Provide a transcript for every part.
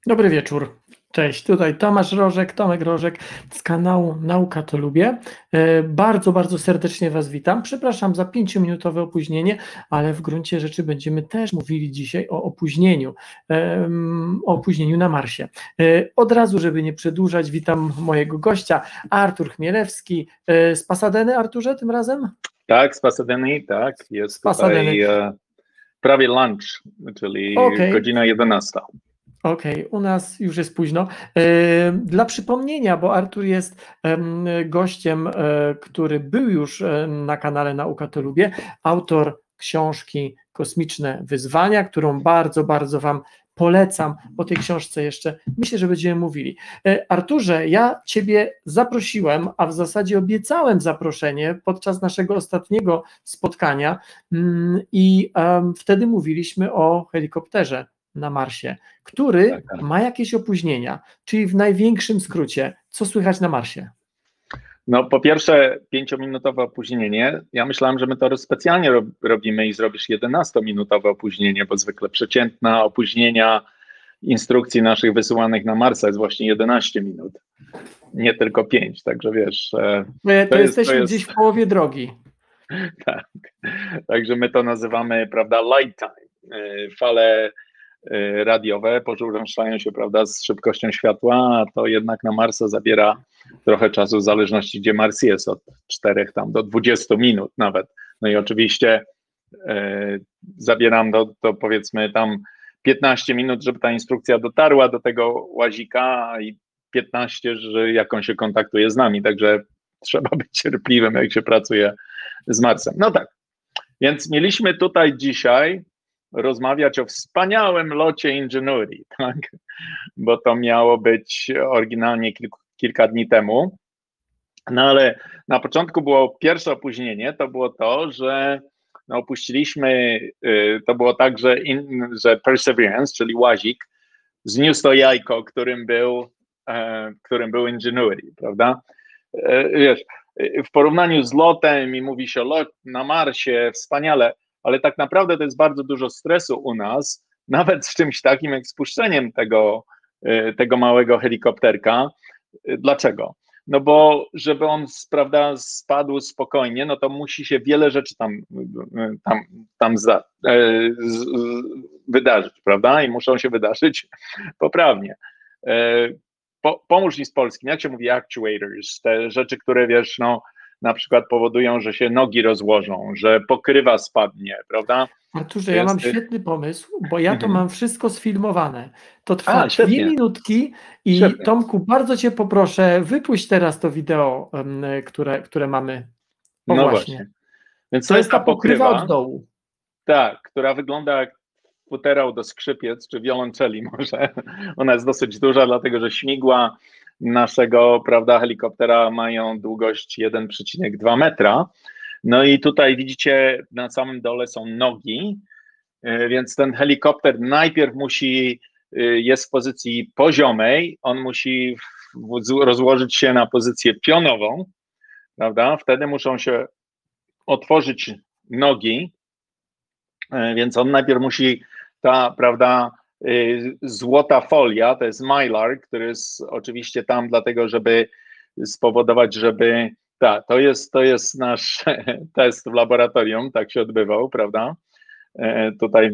Dobry wieczór. Cześć, tutaj Tomek Rożek z kanału Nauka to Lubię. Bardzo, bardzo serdecznie Was witam. Przepraszam za 5-minutowe opóźnienie, ale w gruncie rzeczy będziemy też mówili dzisiaj o opóźnieniu na Marsie. Od razu, żeby nie przedłużać, witam mojego gościa, Artur Chmielewski z Pasadeny. Arturze, tym razem? Tak, z Pasadeny, tak. Z Jest Pasadeny. tutaj prawie lunch, czyli godzina 11. Okej, u nas już jest późno. Dla przypomnienia, bo Artur jest gościem, który był już na kanale Nauka to Lubię, autor książki Kosmiczne Wyzwania, którą bardzo, bardzo Wam polecam. O tej książce jeszcze myślę, że będziemy mówili. Arturze, ja Ciebie zaprosiłem, a w zasadzie obiecałem zaproszenie podczas naszego ostatniego spotkania i wtedy mówiliśmy o helikopterze na Marsie, który Tak. ma jakieś opóźnienia, czyli w największym skrócie, co słychać na Marsie? No po pierwsze 5-minutowe opóźnienie. Ja myślałem, że my to specjalnie robimy i zrobisz 11-minutowe opóźnienie, bo zwykle przeciętna opóźnienia instrukcji naszych wysyłanych na Marsa jest właśnie 11 minut, nie tylko 5, także wiesz. To jesteśmy gdzieś w połowie drogi. Tak, także my to nazywamy, prawda, light time, fale radiowe poruszają się, prawda, z szybkością światła, a to jednak na Marsa zabiera trochę czasu, w zależności gdzie Mars jest, od 4 tam do 20 minut nawet. No i oczywiście zabieram to powiedzmy tam 15 minut, żeby ta instrukcja dotarła do tego łazika i 15, że jak on się kontaktuje z nami, także trzeba być cierpliwym, jak się pracuje z Marsem. No tak, więc mieliśmy tutaj dzisiaj rozmawiać o wspaniałym locie Ingenuity, tak? Bo to miało być oryginalnie kilka dni temu. No ale na początku było pierwsze opóźnienie, to było to, że no, opuściliśmy, to było tak, że Perseverance, czyli łazik, zniósł to jajko, którym był Ingenuity, prawda? Wiesz, w porównaniu z lotem i mówi się o lot na Marsie, wspaniale, ale tak naprawdę to jest bardzo dużo stresu u nas, nawet z czymś takim jak spuszczeniem tego małego helikopterka. Dlaczego? No bo żeby on, prawda, spadł spokojnie, no to musi się wiele rzeczy tam wydarzyć, prawda? I muszą się wydarzyć poprawnie. Pomóż mi z polskim, jak się mówi actuators, te rzeczy, które wiesz, no na przykład powodują, że się nogi rozłożą, że pokrywa spadnie, prawda? Arturze, ja mam świetny pomysł, bo ja to mam wszystko sfilmowane. To trwa 2 minutki i Świetnie. Tomku, bardzo Cię poproszę, wypuść teraz to wideo, które mamy. No właśnie. Więc to jest ta pokrywa od dołu. Tak, która wygląda jak futerał do skrzypiec czy wiolonczeli może. Ona jest dosyć duża, dlatego że śmigła naszego, prawda, helikoptera mają długość 1,2 metra. No i tutaj widzicie, na samym dole są nogi, więc ten helikopter najpierw jest w pozycji poziomej, on musi rozłożyć się na pozycję pionową, prawda? Wtedy muszą się otworzyć nogi, więc on najpierw musi, ta złota folia, to jest mylar, który jest oczywiście tam dlatego, żeby spowodować, żeby, to jest nasz test w laboratorium, tak się odbywał, prawda? Tutaj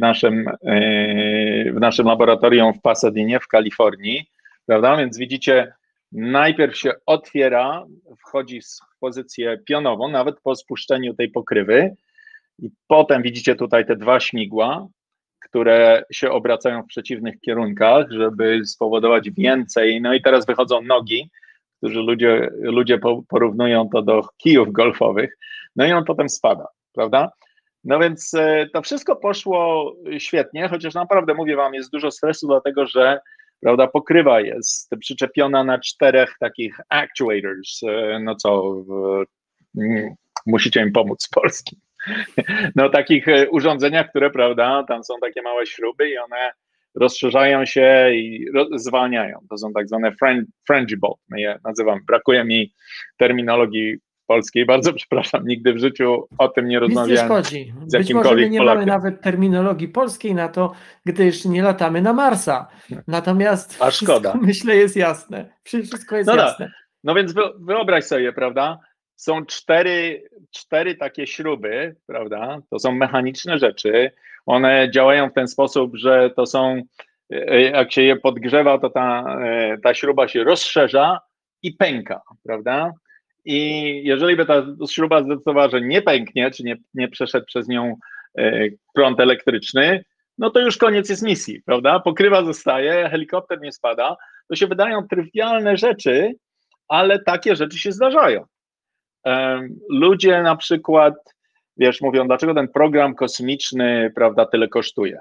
w naszym laboratorium w Pasadynie, w Kalifornii, prawda? Więc widzicie, najpierw się otwiera, wchodzi w pozycję pionową, nawet po spuszczeniu tej pokrywy, i potem widzicie tutaj te 2 śmigła, które się obracają w przeciwnych kierunkach, żeby spowodować więcej. No i teraz wychodzą nogi, którzy ludzie porównują to do kijów golfowych, no i on potem spada, prawda? No więc to wszystko poszło świetnie, chociaż naprawdę mówię wam, jest dużo stresu, dlatego że, prawda, pokrywa jest przyczepiona na 4 takich actuators, no co, musicie im pomóc z polskim. No takich urządzeniach, które, prawda, tam są takie małe śruby i one rozszerzają się i zwalniają. To są tak zwane frangible, my je nazywamy. Brakuje mi terminologii w polskiej. Bardzo przepraszam, nigdy w życiu o tym nie Nic nie rozmawiałem szkodzi. z Być może my jakimkolwiek nie mamy Polakiem. nawet terminologii polskiej na to, gdyż nie latamy na Marsa. Natomiast A wszystko, szkoda. myślę, jest jasne. Wszystko jest No tak. jasne. No więc wyobraź sobie, prawda? Są cztery takie śruby, prawda? To są mechaniczne rzeczy. One działają w ten sposób, że to są, jak się je podgrzewa, to ta śruba się rozszerza i pęka, prawda? I jeżeli by ta śruba zdecydowała, że nie pęknie, czy nie przeszedł przez nią prąd elektryczny, no to już koniec jest misji, prawda? Pokrywa zostaje, helikopter nie spada. To się wydają trywialne rzeczy, ale takie rzeczy się zdarzają. Ludzie na przykład, wiesz, mówią, dlaczego ten program kosmiczny, prawda, tyle kosztuje?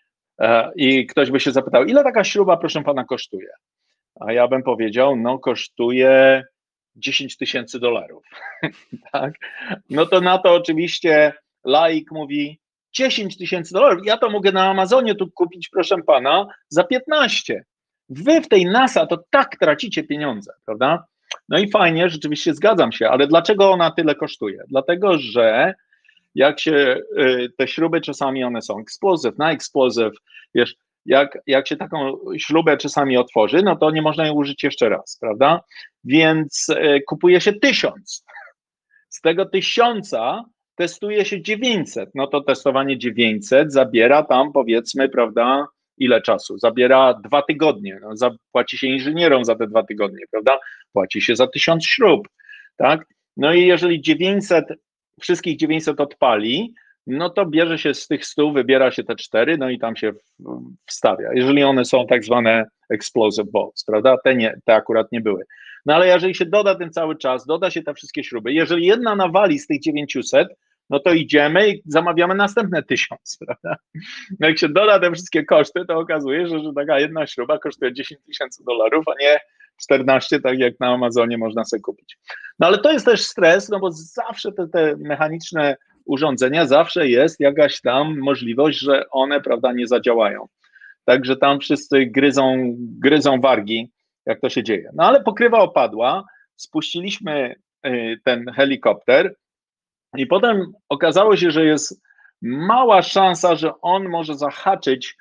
I ktoś by się zapytał, ile taka śruba, proszę pana, kosztuje? A ja bym powiedział, no kosztuje $10,000, tak? No to na to oczywiście laik mówi, $10,000, ja to mogę na Amazonie tu kupić, proszę pana, za 15. Wy w tej NASA to tak tracicie pieniądze, prawda? No i fajnie, rzeczywiście zgadzam się, ale dlaczego ona tyle kosztuje? Dlatego, że jak się te śruby czasami one są explosive, na explosive, wiesz, jak się taką śrubę czasami otworzy, no to nie można jej użyć jeszcze raz, prawda? Więc kupuje się 1000. Z tego 1000 testuje się 900. No to testowanie 900 zabiera tam, powiedzmy, prawda, ile czasu? Zabiera 2 tygodnie. No, płaci się inżynierom za te 2 tygodnie, prawda? Płaci się za 1000 śrub, tak? No i jeżeli wszystkich 900 odpali, no to bierze się z tych 100, wybiera się te 4, no i tam się wstawia. Jeżeli one są tak zwane explosive bolts, prawda? Te akurat nie były. No ale jeżeli się doda ten cały czas, doda się te wszystkie śruby, jeżeli jedna nawali z tych 900, no to idziemy i zamawiamy następne 1000, prawda? No jak się doda te wszystkie koszty, to okazuje się, że taka jedna śruba kosztuje $10,000, a nie 14, tak jak na Amazonie można sobie kupić. No ale to jest też stres, no bo zawsze te mechaniczne urządzenia, zawsze jest jakaś tam możliwość, że one, prawda, nie zadziałają. Także tam wszyscy gryzą wargi, jak to się dzieje. No ale pokrywa opadła, spuściliśmy ten helikopter i potem okazało się, że jest mała szansa, że on może zahaczyć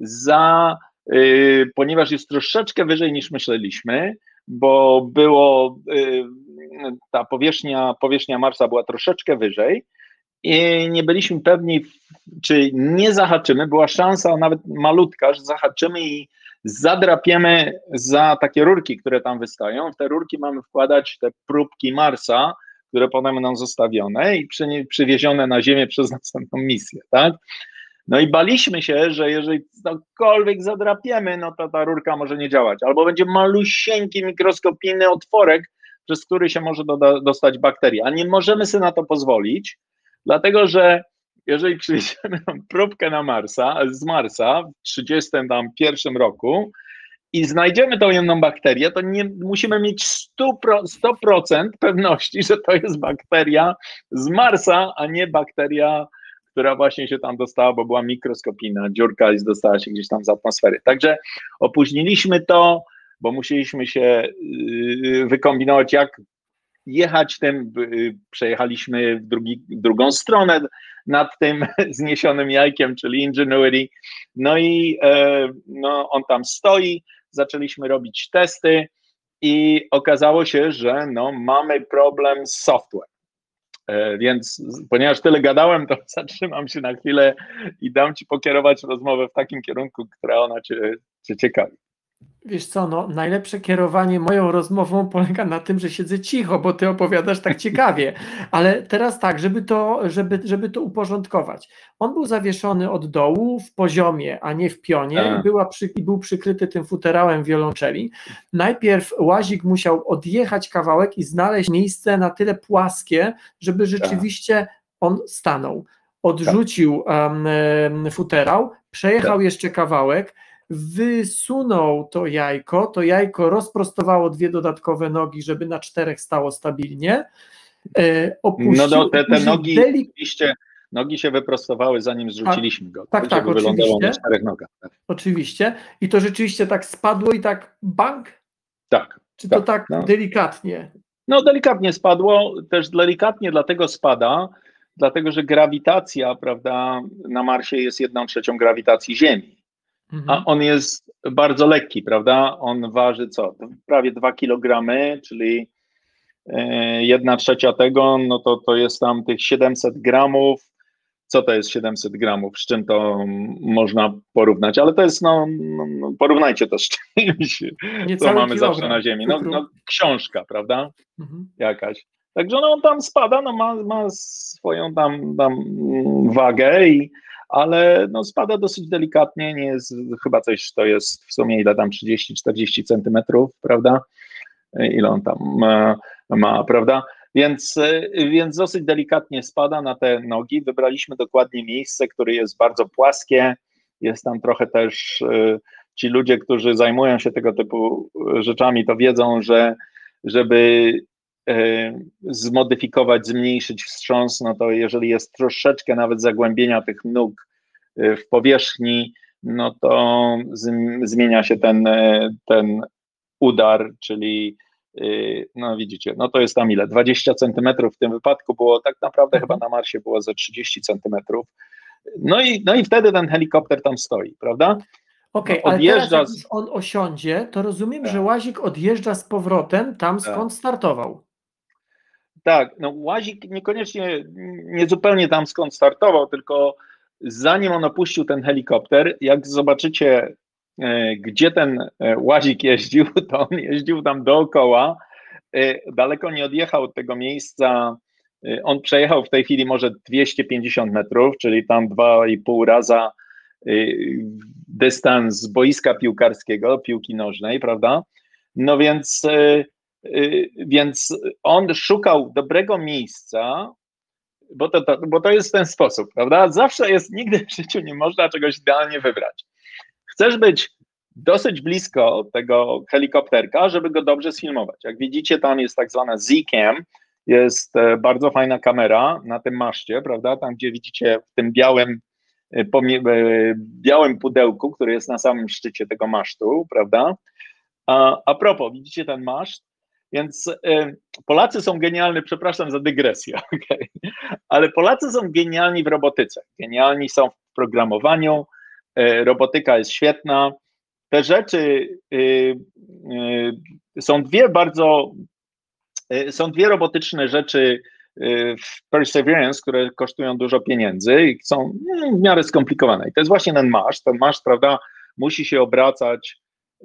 ponieważ jest troszeczkę wyżej niż myśleliśmy, bo ta powierzchnia Marsa była troszeczkę wyżej i nie byliśmy pewni, czy nie zahaczymy. Była szansa nawet malutka, że zahaczymy i zadrapiemy za takie rurki, które tam wystają. W te rurki mamy wkładać te próbki Marsa, które potem będą zostawione i przywiezione na Ziemię przez następną misję, tak? No i baliśmy się, że jeżeli cokolwiek zadrapiemy, no to ta rurka może nie działać, albo będzie malusieńki, mikroskopijny otworek, przez który się może dostać bakteria, a nie możemy sobie na to pozwolić, dlatego że jeżeli przywieziemy próbkę z Marsa w 1931 roku i znajdziemy tą jedną bakterię, to nie musimy mieć 100% pewności, że to jest bakteria z Marsa, a nie bakteria, która właśnie się tam dostała, bo była mikroskopijna dziurka i dostała się gdzieś tam z atmosfery. Także opóźniliśmy to, bo musieliśmy się wykombinować, jak jechać tym. Przejechaliśmy w drugą stronę nad tym zniesionym jajkiem, czyli Ingenuity. No i on tam stoi, zaczęliśmy robić testy i okazało się, że mamy problem z software. Więc ponieważ tyle gadałem, to zatrzymam się na chwilę i dam ci pokierować rozmowę w takim kierunku, która ona cię ciekawi. Wiesz co, najlepsze kierowanie moją rozmową polega na tym, że siedzę cicho, bo ty opowiadasz tak ciekawie, ale teraz tak, żeby to uporządkować. On był zawieszony od dołu w poziomie, a nie w pionie i był przykryty tym futerałem wiolonczeli. Najpierw łazik musiał odjechać kawałek i znaleźć miejsce na tyle płaskie, żeby rzeczywiście on stanął. Odrzucił futerał, przejechał jeszcze kawałek, wysunął to jajko rozprostowało 2 dodatkowe nogi, żeby na 4 stało stabilnie. Opuścił, te nogi, oczywiście, nogi się wyprostowały, zanim zrzuciliśmy go. Tak, żeby wylądował na 4 nogach. Tak. Oczywiście. I to rzeczywiście tak spadło i tak bang? Tak. Czy to tak delikatnie? No delikatnie spadło, też delikatnie dlatego spada, dlatego że grawitacja, prawda, na Marsie jest 1/3 grawitacji Ziemi, a Mhm. on jest bardzo lekki, prawda? On waży co? Prawie 2 kg, czyli 1/3 tego, no to jest tam tych 700 gramów. Co to jest 700 gramów? Z czym to można porównać? Ale to jest, porównajcie to z czymś, co Niecały mamy zawsze kilogram na Ziemi. cukru. Książka, prawda? Mhm. Jakaś. Także no, on tam spada, no, ma swoją tam wagę, ale no, spada dosyć delikatnie, nie jest chyba coś, to jest w sumie ile tam 30-40 centymetrów, prawda? Ile on tam ma, prawda? Więc dosyć delikatnie spada na te nogi. Wybraliśmy dokładnie miejsce, które jest bardzo płaskie. Jest tam trochę też ci ludzie, którzy zajmują się tego typu rzeczami, to wiedzą, że żeby zmodyfikować, zmniejszyć wstrząs, no to jeżeli jest troszeczkę nawet zagłębienia tych nóg w powierzchni, no to zmienia się ten udar, czyli no widzicie, no to jest tam ile? 20 centymetrów w tym wypadku było, tak naprawdę chyba Mhm. na Marsie było ze 30 centymetrów. No i wtedy ten helikopter tam stoi, prawda? No, Okej, ale teraz odjeżdża jak już on osiądzie, to rozumiem, że tak, łazik odjeżdża z powrotem tam, tak. skąd startował. Tak, no łazik niekoniecznie, nie zupełnie tam skąd startował, tylko zanim on opuścił ten helikopter, jak zobaczycie, gdzie ten łazik jeździł, to on jeździł tam dookoła, daleko nie odjechał od tego miejsca. On przejechał w tej chwili może 250 metrów, czyli tam 2,5 raza dystans z boiska piłkarskiego, piłki nożnej, prawda? No więc on szukał dobrego miejsca, bo to jest ten sposób, prawda? Zawsze jest, nigdy w życiu nie można czegoś idealnie wybrać. Chcesz być dosyć blisko tego helikopterka, żeby go dobrze sfilmować. Jak widzicie, tam jest tak zwana Z-Cam, jest bardzo fajna kamera na tym maszcie, prawda? Tam, gdzie widzicie w tym białym pudełku, który jest na samym szczycie tego masztu, prawda? A propos, widzicie ten maszt? Więc Polacy są genialni, przepraszam za dygresję, okay? Ale Polacy są genialni w robotyce, genialni są w programowaniu, robotyka jest świetna. Te rzeczy są dwie robotyczne rzeczy w Perseverance, które kosztują dużo pieniędzy i są w miarę skomplikowane. I to jest właśnie ten maszt. Ten maszt, prawda, musi się obracać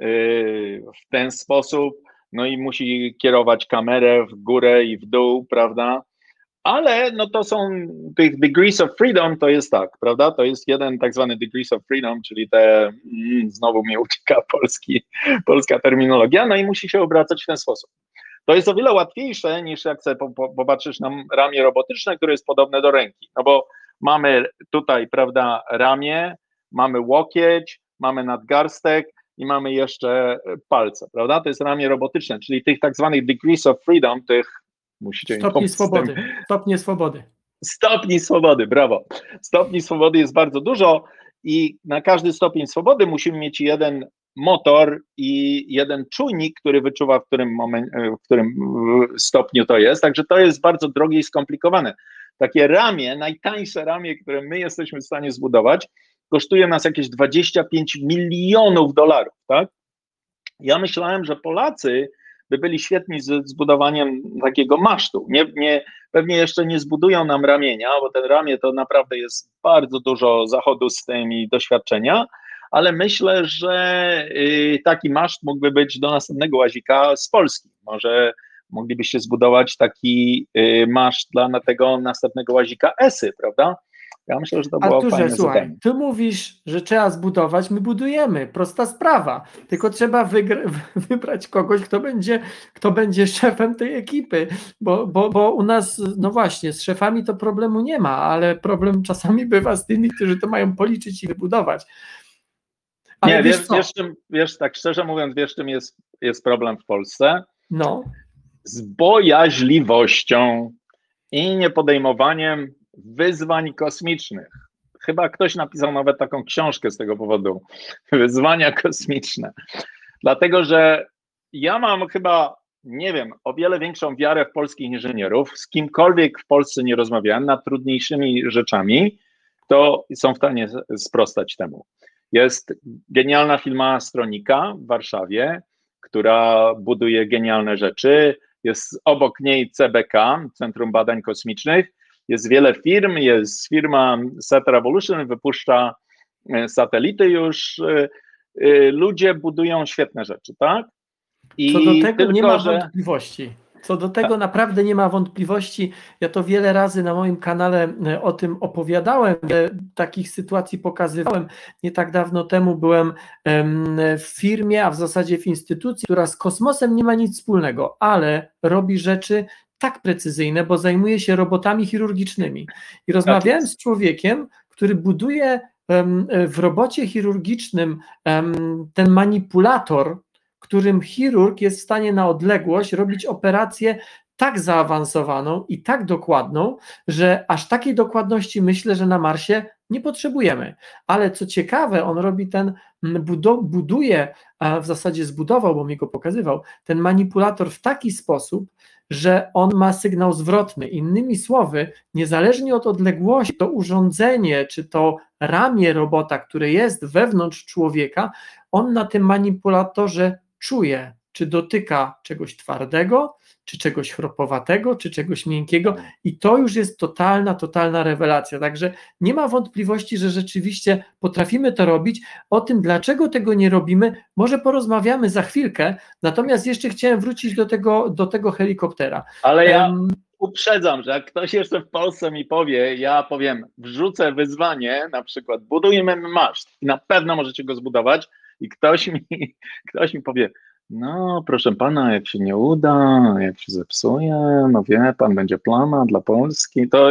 w ten sposób, no i musi kierować kamerę w górę i w dół, prawda? Ale no to są tych degrees of freedom, to jest tak, prawda? To jest jeden tak zwany degrees of freedom, czyli znowu mi ucieka polska terminologia, no i musi się obracać w ten sposób. To jest o wiele łatwiejsze niż jak sobie popatrzysz na ramię robotyczne, które jest podobne do ręki, no bo mamy tutaj, prawda, ramię, mamy łokieć, mamy nadgarstek i mamy jeszcze palce, prawda? To jest ramię robotyczne, czyli tych tak zwanych degrees of freedom, tych musicie mi Stopni pomóc z tym. swobody. Stopnie swobody. Stopni swobody, brawo. Stopni swobody jest bardzo dużo i na każdy stopień swobody musimy mieć jeden motor i jeden czujnik, który wyczuwa, w którym stopniu to jest. Także to jest bardzo drogie i skomplikowane. Takie ramię, najtańsze ramię, które my jesteśmy w stanie zbudować, kosztuje nas jakieś 25 milionów dolarów, tak? Ja myślałem, że Polacy by byli świetni z budowaniem takiego masztu. Pewnie jeszcze nie zbudują nam ramienia, bo ten ramię to naprawdę jest bardzo dużo zachodu z tym i doświadczenia, ale myślę, że taki maszt mógłby być do następnego łazika z Polski. Może moglibyście zbudować taki maszt dla tego następnego łazika ESY, prawda? Ja myślę, że to było Arturze, fajne słuchaj, zadanie. ty mówisz, że trzeba zbudować, my budujemy, prosta sprawa, tylko trzeba wybrać kogoś, kto będzie szefem tej ekipy, bo u nas, no właśnie, z szefami to problemu nie ma, ale problem czasami bywa z tymi, którzy to mają policzyć i wybudować. Ale Nie, wiesz co? tak szczerze mówiąc, wiesz czym jest problem w Polsce? No, Z bojaźliwością i niepodejmowaniem wyzwań kosmicznych. Chyba ktoś napisał nawet taką książkę z tego powodu. Wyzwania kosmiczne. Dlatego, że ja mam chyba nie wiem, o wiele większą wiarę w polskich inżynierów. Z kimkolwiek w Polsce nie rozmawiałem nad trudniejszymi rzeczami, to są w stanie sprostać temu. Jest genialna firma Astronika w Warszawie, która buduje genialne rzeczy. Jest obok niej CBK, Centrum Badań Kosmicznych. Jest wiele firm, jest firma Set Revolution, wypuszcza satelity już. Ludzie budują świetne rzeczy, tak? Co do tego tylko, nie ma że... wątpliwości. Co do tego naprawdę nie ma wątpliwości. Ja to wiele razy na moim kanale o tym opowiadałem, takich sytuacji pokazywałem. Nie tak dawno temu byłem w firmie, a w zasadzie w instytucji, która z kosmosem nie ma nic wspólnego, ale robi rzeczy tak precyzyjne, bo zajmuje się robotami chirurgicznymi. I rozmawiałem z człowiekiem, który buduje w robocie chirurgicznym ten manipulator, którym chirurg jest w stanie na odległość robić operację tak zaawansowaną i tak dokładną, że aż takiej dokładności myślę, że na Marsie nie potrzebujemy. Ale co ciekawe, on robi buduje, a w zasadzie zbudował, bo mi go pokazywał, ten manipulator w taki sposób, że on ma sygnał zwrotny. Innymi słowy, niezależnie od odległości, to urządzenie, czy to ramię robota, które jest wewnątrz człowieka, on na tym manipulatorze czuje, czy dotyka czegoś twardego, czy czegoś chropowatego, czy czegoś miękkiego i to już jest totalna rewelacja, także nie ma wątpliwości, że rzeczywiście potrafimy to robić. O tym, dlaczego tego nie robimy, może porozmawiamy za chwilkę, natomiast jeszcze chciałem wrócić do tego helikoptera. Ale ja uprzedzam, że jak ktoś jeszcze w Polsce mi powie, ja powiem, wrzucę wyzwanie, na przykład budujemy maszt i na pewno możecie go zbudować i ktoś mi powie, no proszę pana, jak się nie uda, jak się zepsuje, no wie pan, będzie plama dla Polski, to...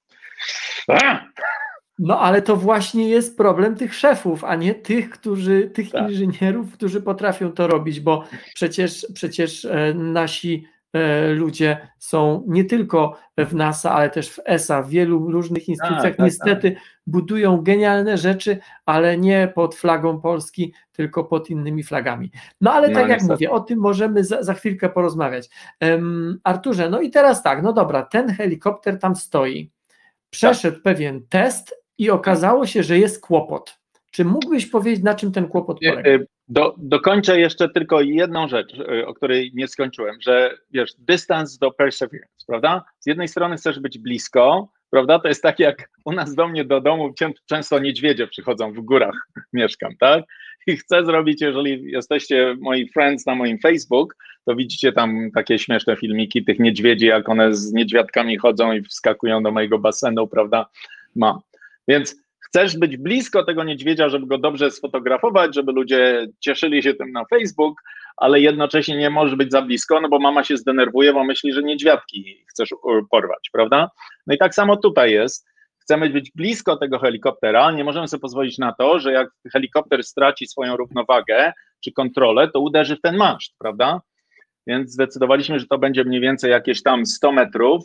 No ale to właśnie jest problem tych szefów, a nie tych inżynierów, którzy potrafią to robić, bo przecież nasi ludzie są nie tylko w NASA, ale też w ESA, w wielu różnych instytucjach niestety budują genialne rzeczy, ale nie pod flagą Polski, tylko pod innymi flagami. No ale tak jak mówię, o tym możemy za chwilkę porozmawiać. Arturze, no i teraz tak, no dobra, ten helikopter tam stoi, przeszedł pewien test i okazało się, że jest kłopot. Czy mógłbyś powiedzieć, na czym ten kłopot polega? Dokończę jeszcze tylko jedną rzecz, o której nie skończyłem, że wiesz, dystans do perseverance, prawda? Z jednej strony chcesz być blisko, prawda? To jest tak jak u nas do mnie do domu często niedźwiedzie przychodzą, w górach mieszkam, tak? I chcę zrobić, jeżeli jesteście moi friends na moim Facebook, to widzicie tam takie śmieszne filmiki tych niedźwiedzi, jak one z niedźwiadkami chodzą i wskakują do mojego basenu, prawda? Mam. Więc chcesz być blisko tego niedźwiedzia, żeby go dobrze sfotografować, żeby ludzie cieszyli się tym na Facebook, ale jednocześnie nie możesz być za blisko, no bo mama się zdenerwuje, bo myśli, że niedźwiadki chcesz porwać, prawda? No i tak samo tutaj jest. Chcemy być blisko tego helikoptera, nie możemy sobie pozwolić na to, że jak helikopter straci swoją równowagę czy kontrolę, to uderzy w ten maszt, prawda? Więc zdecydowaliśmy, że to będzie mniej więcej jakieś tam 100 metrów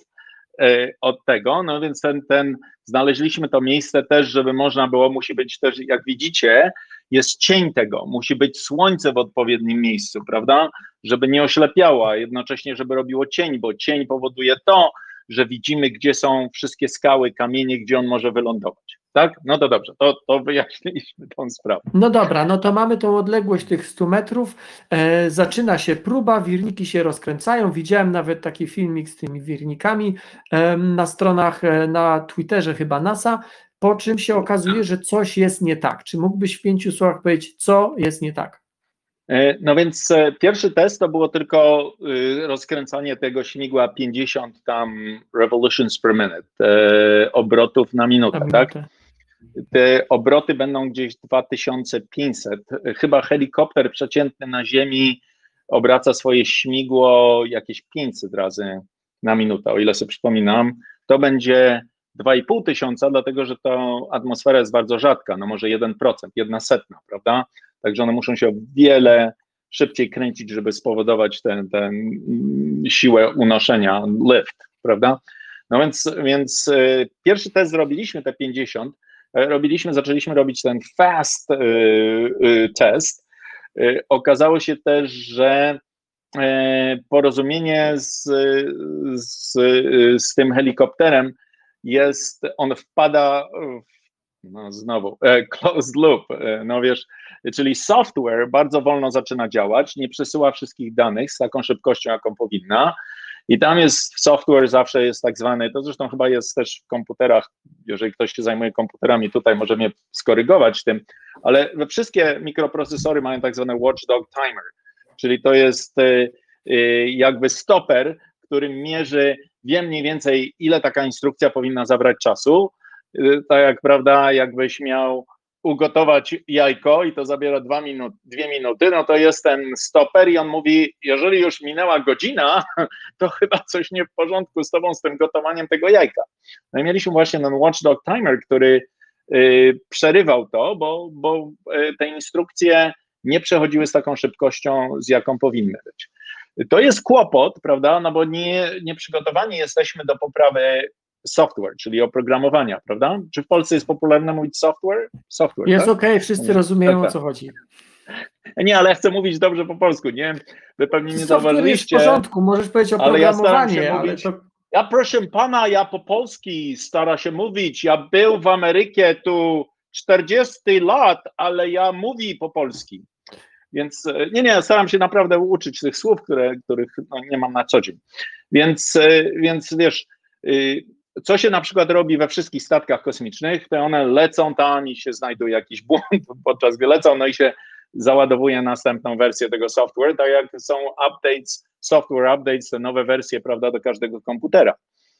od tego, no więc znaleźliśmy to miejsce też, żeby można było, musi być też, jak widzicie, jest cień tego, musi być słońce w odpowiednim miejscu, prawda, żeby nie oślepiało, a jednocześnie, żeby robiło cień, bo cień powoduje to, że widzimy, gdzie są wszystkie skały, kamienie, gdzie on może wylądować, tak? No to dobrze, to wyjaśniliśmy tą sprawę. No dobra, no to mamy tą odległość tych 100 metrów, zaczyna się próba, wirniki się rozkręcają, widziałem nawet taki filmik z tymi wirnikami na stronach, na Twitterze chyba NASA, po czym się okazuje, że coś jest nie tak. Czy mógłbyś w 5 słowach powiedzieć, co jest nie tak? No więc pierwszy test to było tylko rozkręcanie tego śmigła 50 tam revolutions per minute, obrotów na minutę, tak? Te obroty będą gdzieś 2500. Chyba helikopter przeciętny na ziemi obraca swoje śmigło jakieś 500 razy na minutę, o ile sobie przypominam. To będzie 2500, dlatego że to atmosfera jest bardzo rzadka, no może 1%, 1/100, prawda? Także one muszą się o wiele szybciej kręcić, żeby spowodować tę siłę unoszenia, lift, prawda? No więc pierwszy test zrobiliśmy, te 50, zaczęliśmy robić ten fast test. Okazało się też, że porozumienie z tym helikopterem jest, on wpada no znowu, closed loop, no wiesz, czyli software bardzo wolno zaczyna działać, nie przesyła wszystkich danych z taką szybkością, jaką powinna. I tam jest software, zawsze jest tak zwany, to zresztą chyba jest też w komputerach, jeżeli ktoś się zajmuje komputerami, tutaj może mnie skorygować tym, ale wszystkie mikroprocesory mają tak zwany watchdog timer, czyli to jest jakby stoper, który mierzy, wie mniej więcej, ile taka instrukcja powinna zabrać czasu. Tak jak, prawda, jakbyś miał ugotować jajko i to zabiera 2 minuty, no to jest ten stoper i on mówi, jeżeli już minęła godzina, to chyba coś nie w porządku z tobą, z tym gotowaniem tego jajka. No i mieliśmy właśnie ten watchdog timer, który przerywał to, bo te instrukcje nie przechodziły z taką szybkością, z jaką powinny być. To jest kłopot, prawda, no bo nie przygotowani jesteśmy do poprawy software, czyli oprogramowania, prawda? Czy w Polsce jest popularne mówić software? Software, jest tak? okej, wszyscy rozumieją, tak. o co chodzi. Nie, ale ja chcę mówić dobrze po polsku, nie? Wy pewnie nie Software jest w zauważyliście. porządku, możesz powiedzieć oprogramowanie, ale to... Ja proszę pana, ja po polski stara się mówić, ja był w Ameryce tu 40 lat, ale ja mówi po polski. Więc nie, staram się naprawdę uczyć tych słów, których no, nie mam na co dzień. Więc wiesz, co się na przykład robi we wszystkich statkach kosmicznych, to one lecą tam i się znajduje jakiś błąd podczas gdy lecą, no i się załadowuje następną wersję tego software, tak jak są updates, software updates, te nowe wersje, prawda, do każdego komputera.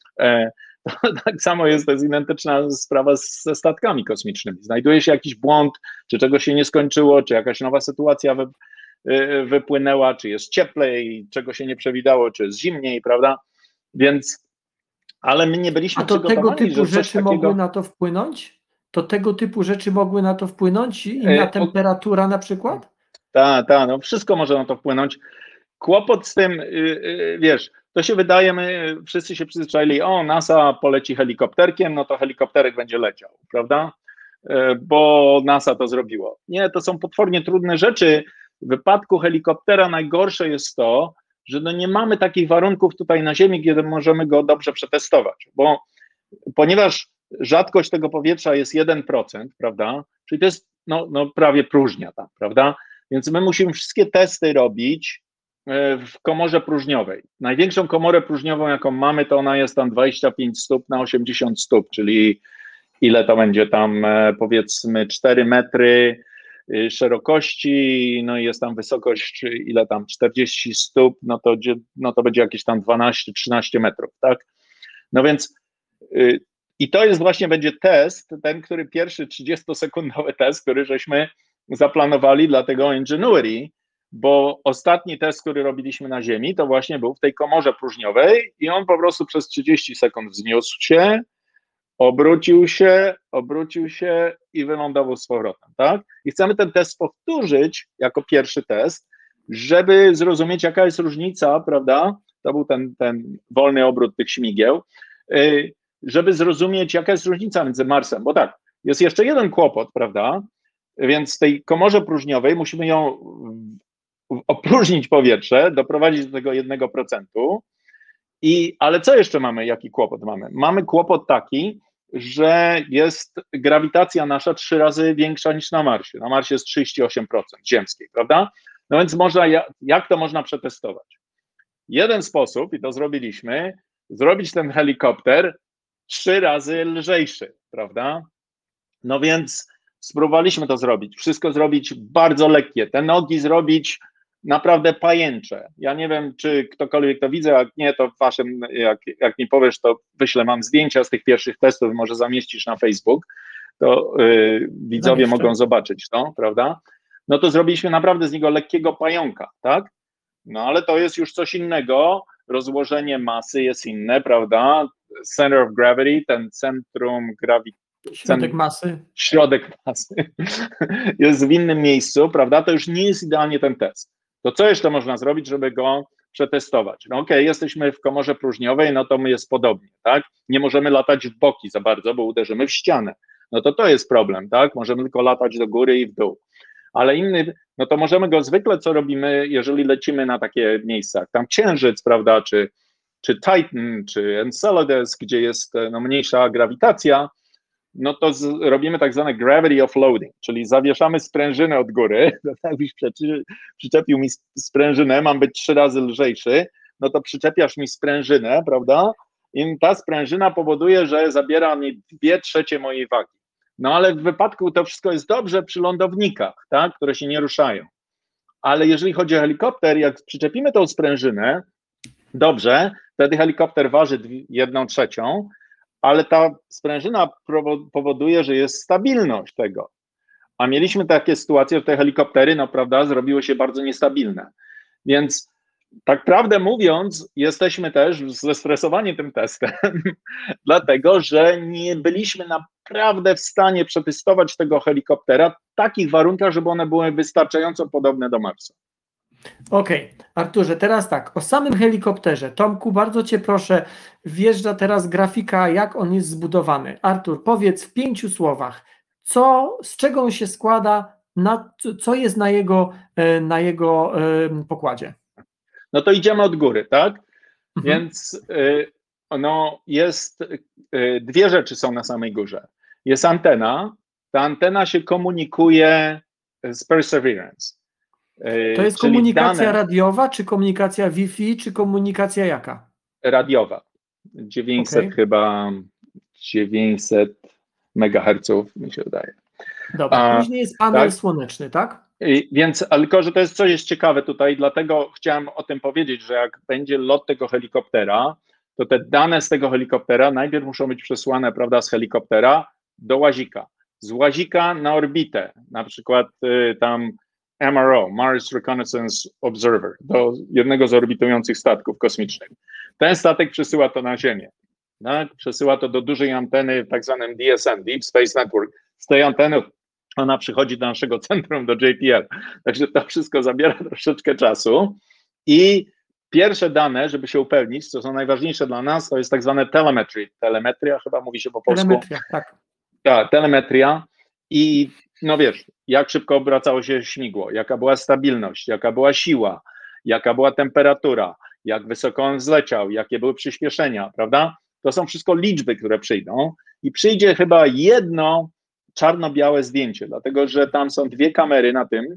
Tak samo jest, to jest identyczna sprawa ze statkami kosmicznymi. Znajduje się jakiś błąd, czy czegoś się nie skończyło, czy jakaś nowa sytuacja wypłynęła, czy jest cieplej, czego się nie przewidziało, czy jest zimniej, prawda? Więc, ale my nie byliśmy przygotowani, tego typu że coś rzeczy takiego... mogły na to wpłynąć? To tego typu rzeczy mogły na to wpłynąć? Inna temperatura na przykład? Tak, no wszystko może na to wpłynąć. Kłopot z tym, wiesz, to się wydaje, my wszyscy się przyzwyczaili, o, NASA poleci helikopterkiem, no to helikopterek będzie leciał, prawda? Bo NASA to zrobiło. Nie, to są potwornie trudne rzeczy. W wypadku helikoptera najgorsze jest to, że no nie mamy takich warunków tutaj na Ziemi, gdzie możemy go dobrze przetestować, bo ponieważ rzadkość tego powietrza jest 1%, prawda? Czyli to jest no prawie próżnia tam, prawda? Więc my musimy wszystkie testy robić w komorze próżniowej. Największą komorę próżniową, jaką mamy, to ona jest tam 25 stóp na 80 stóp, czyli ile to będzie tam, powiedzmy 4 metry szerokości, no i jest tam wysokość, ile tam, 40 stóp, no to będzie jakieś tam 12-13 metrów, tak? No więc i to jest właśnie, będzie test, ten, który pierwszy 30-sekundowy test, który żeśmy zaplanowali dla tego Ingenuity, bo ostatni test, który robiliśmy na Ziemi, to właśnie był w tej komorze próżniowej i on po prostu przez 30 sekund wzniósł się, obrócił się i wylądował z powrotem, tak? I chcemy ten test powtórzyć jako pierwszy test, żeby zrozumieć, jaka jest różnica, prawda? To był ten wolny obrót tych śmigieł, żeby zrozumieć, jaka jest różnica między Marsem, bo tak, jest jeszcze jeden kłopot, prawda? Więc w tej komorze próżniowej musimy ją opróżnić powietrze, doprowadzić do tego 1%. Ale co jeszcze mamy, jaki kłopot mamy? Mamy kłopot taki, że jest grawitacja nasza 3 razy większa niż na Marsie. Na Marsie jest 38% ziemskiej, prawda? No więc jak to można przetestować? Jeden sposób, i to zrobiliśmy, zrobić ten helikopter 3 razy lżejszy, prawda? No więc spróbowaliśmy to zrobić, wszystko zrobić bardzo lekkie, te nogi zrobić naprawdę pajęcze. Ja nie wiem, czy ktokolwiek to widzę, jak nie, to waszym, jak mi powiesz, to wyślę, mam zdjęcia z tych pierwszych testów, może zamieścisz na Facebook, to widzowie mogą zobaczyć to, prawda? No to zrobiliśmy naprawdę z niego lekkiego pająka, tak? No ale to jest już coś innego, rozłożenie masy jest inne, prawda? Center of gravity, ten centrum środek masy jest w innym miejscu, prawda? To już nie jest idealnie ten test. To co jeszcze można zrobić, żeby go przetestować? No okej, jesteśmy w komorze próżniowej, no to jest podobnie, tak? Nie możemy latać w boki za bardzo, bo uderzymy w ścianę. No to jest problem, tak? Możemy tylko latać do góry i w dół. ale inny, no to możemy go zwykle, co robimy, jeżeli lecimy na takie miejsca, tam Księżyc, prawda, czy Titan, czy Enceladus, gdzie jest no, mniejsza grawitacja, no to robimy tak zwane gravity offloading, czyli zawieszamy sprężynę od góry, jakbyś przyczepił mi sprężynę, mam być 3 razy lżejszy, no to przyczepiasz mi sprężynę, prawda, i ta sprężyna powoduje, że zabiera mi 2/3 mojej wagi. No ale w wypadku to wszystko jest dobrze przy lądownikach, tak, które się nie ruszają. Ale jeżeli chodzi o helikopter, jak przyczepimy tą sprężynę, dobrze, wtedy helikopter waży 1/3, ale ta sprężyna powoduje, że jest stabilność tego. A mieliśmy takie sytuacje, że te helikoptery, no prawda, zrobiły się bardzo niestabilne. Więc tak prawdę mówiąc, jesteśmy też zestresowani tym testem, dlatego że nie byliśmy naprawdę w stanie przetestować tego helikoptera w takich warunkach, żeby one były wystarczająco podobne do Marsa. Okej, Arturze, teraz tak, o samym helikopterze. Tomku, bardzo Cię proszę, wjeżdża teraz grafika, jak on jest zbudowany. Artur, powiedz w 5 słowach, z czego on się składa, co jest na jego pokładzie. No to idziemy od góry, tak? Mhm. Więc no, jest 2 rzeczy są na samej górze. Jest antena, ta antena się komunikuje z Perseverance. To jest czyli komunikacja radiowa, czy komunikacja Wi-Fi, czy komunikacja jaka? radiowa. 900 chyba 900 MHz mi się wydaje. Dobra, później jest panel tak? słoneczny, tak? Więc, ale tylko, że to jest coś jest ciekawe tutaj, dlatego chciałem o tym powiedzieć, że jak będzie lot tego helikoptera, to te dane z tego helikoptera najpierw muszą być przesłane, prawda, z helikoptera do łazika. Z łazika na orbitę, na przykład tam MRO, Mars Reconnaissance Observer, do jednego z orbitujących statków kosmicznych. Ten statek przesyła to na Ziemię. Tak? Przesyła to do dużej anteny w tak zwanym DSN, Deep Space Network. Z tej anteny ona przychodzi do naszego centrum, do JPL. Także to wszystko zabiera troszeczkę czasu i pierwsze dane, żeby się upewnić, co są najważniejsze dla nas, to jest tak zwane telemetry. Telemetria chyba mówi się po polsku. Telemetria, tak. Tak, telemetria i no wiesz, jak szybko obracało się śmigło, jaka była stabilność, jaka była siła, jaka była temperatura, jak wysoko on zleciał, jakie były przyspieszenia, prawda? To są wszystko liczby, które przyjdą i przyjdzie chyba jedno czarno-białe zdjęcie, dlatego że tam są 2 kamery na tym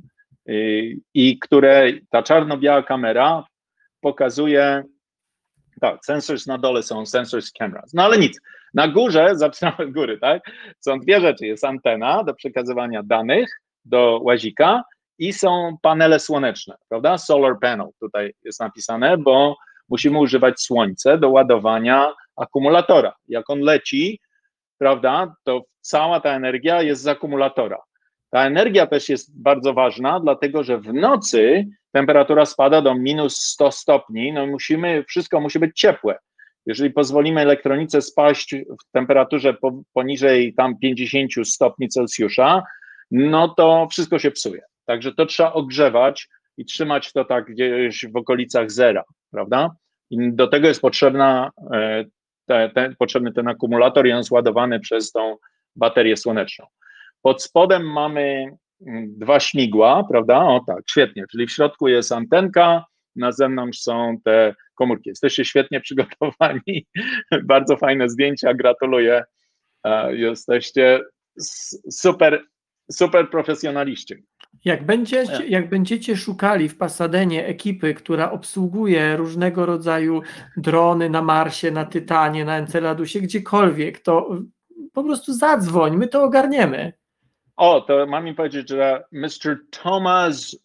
i które ta czarno-biała kamera pokazuje, tak, sensors na dole są sensors cameras, no ale nic, na górze, zaczynamy od góry, tak, są 2 rzeczy, jest antena do przekazywania danych do łazika i są panele słoneczne, prawda, solar panel tutaj jest napisane, bo musimy używać słońce do ładowania akumulatora, jak on leci, prawda, to cała ta energia jest z akumulatora. Ta energia też jest bardzo ważna, dlatego że w nocy temperatura spada do minus 100 stopni, no wszystko musi być ciepłe. Jeżeli pozwolimy elektronice spaść w temperaturze poniżej tam 50 stopni Celsjusza, no to wszystko się psuje. Także to trzeba ogrzewać i trzymać to tak gdzieś w okolicach zera, prawda? I do tego jest potrzebny ten akumulator i on jest ładowany przez tą baterię słoneczną. Pod spodem mamy 2 śmigła, prawda? O tak, świetnie, czyli w środku jest antenka, na zewnątrz są te komórki. Jesteście świetnie przygotowani, bardzo fajne zdjęcia, gratuluję. Jesteście super profesjonaliści. Jak będziecie szukali w Pasadenie ekipy, która obsługuje różnego rodzaju drony na Marsie, na Tytanie, na Enceladusie, gdziekolwiek, to po prostu zadzwoń, my to ogarniemy. O, to mam mi powiedzieć, że Mr. Thomas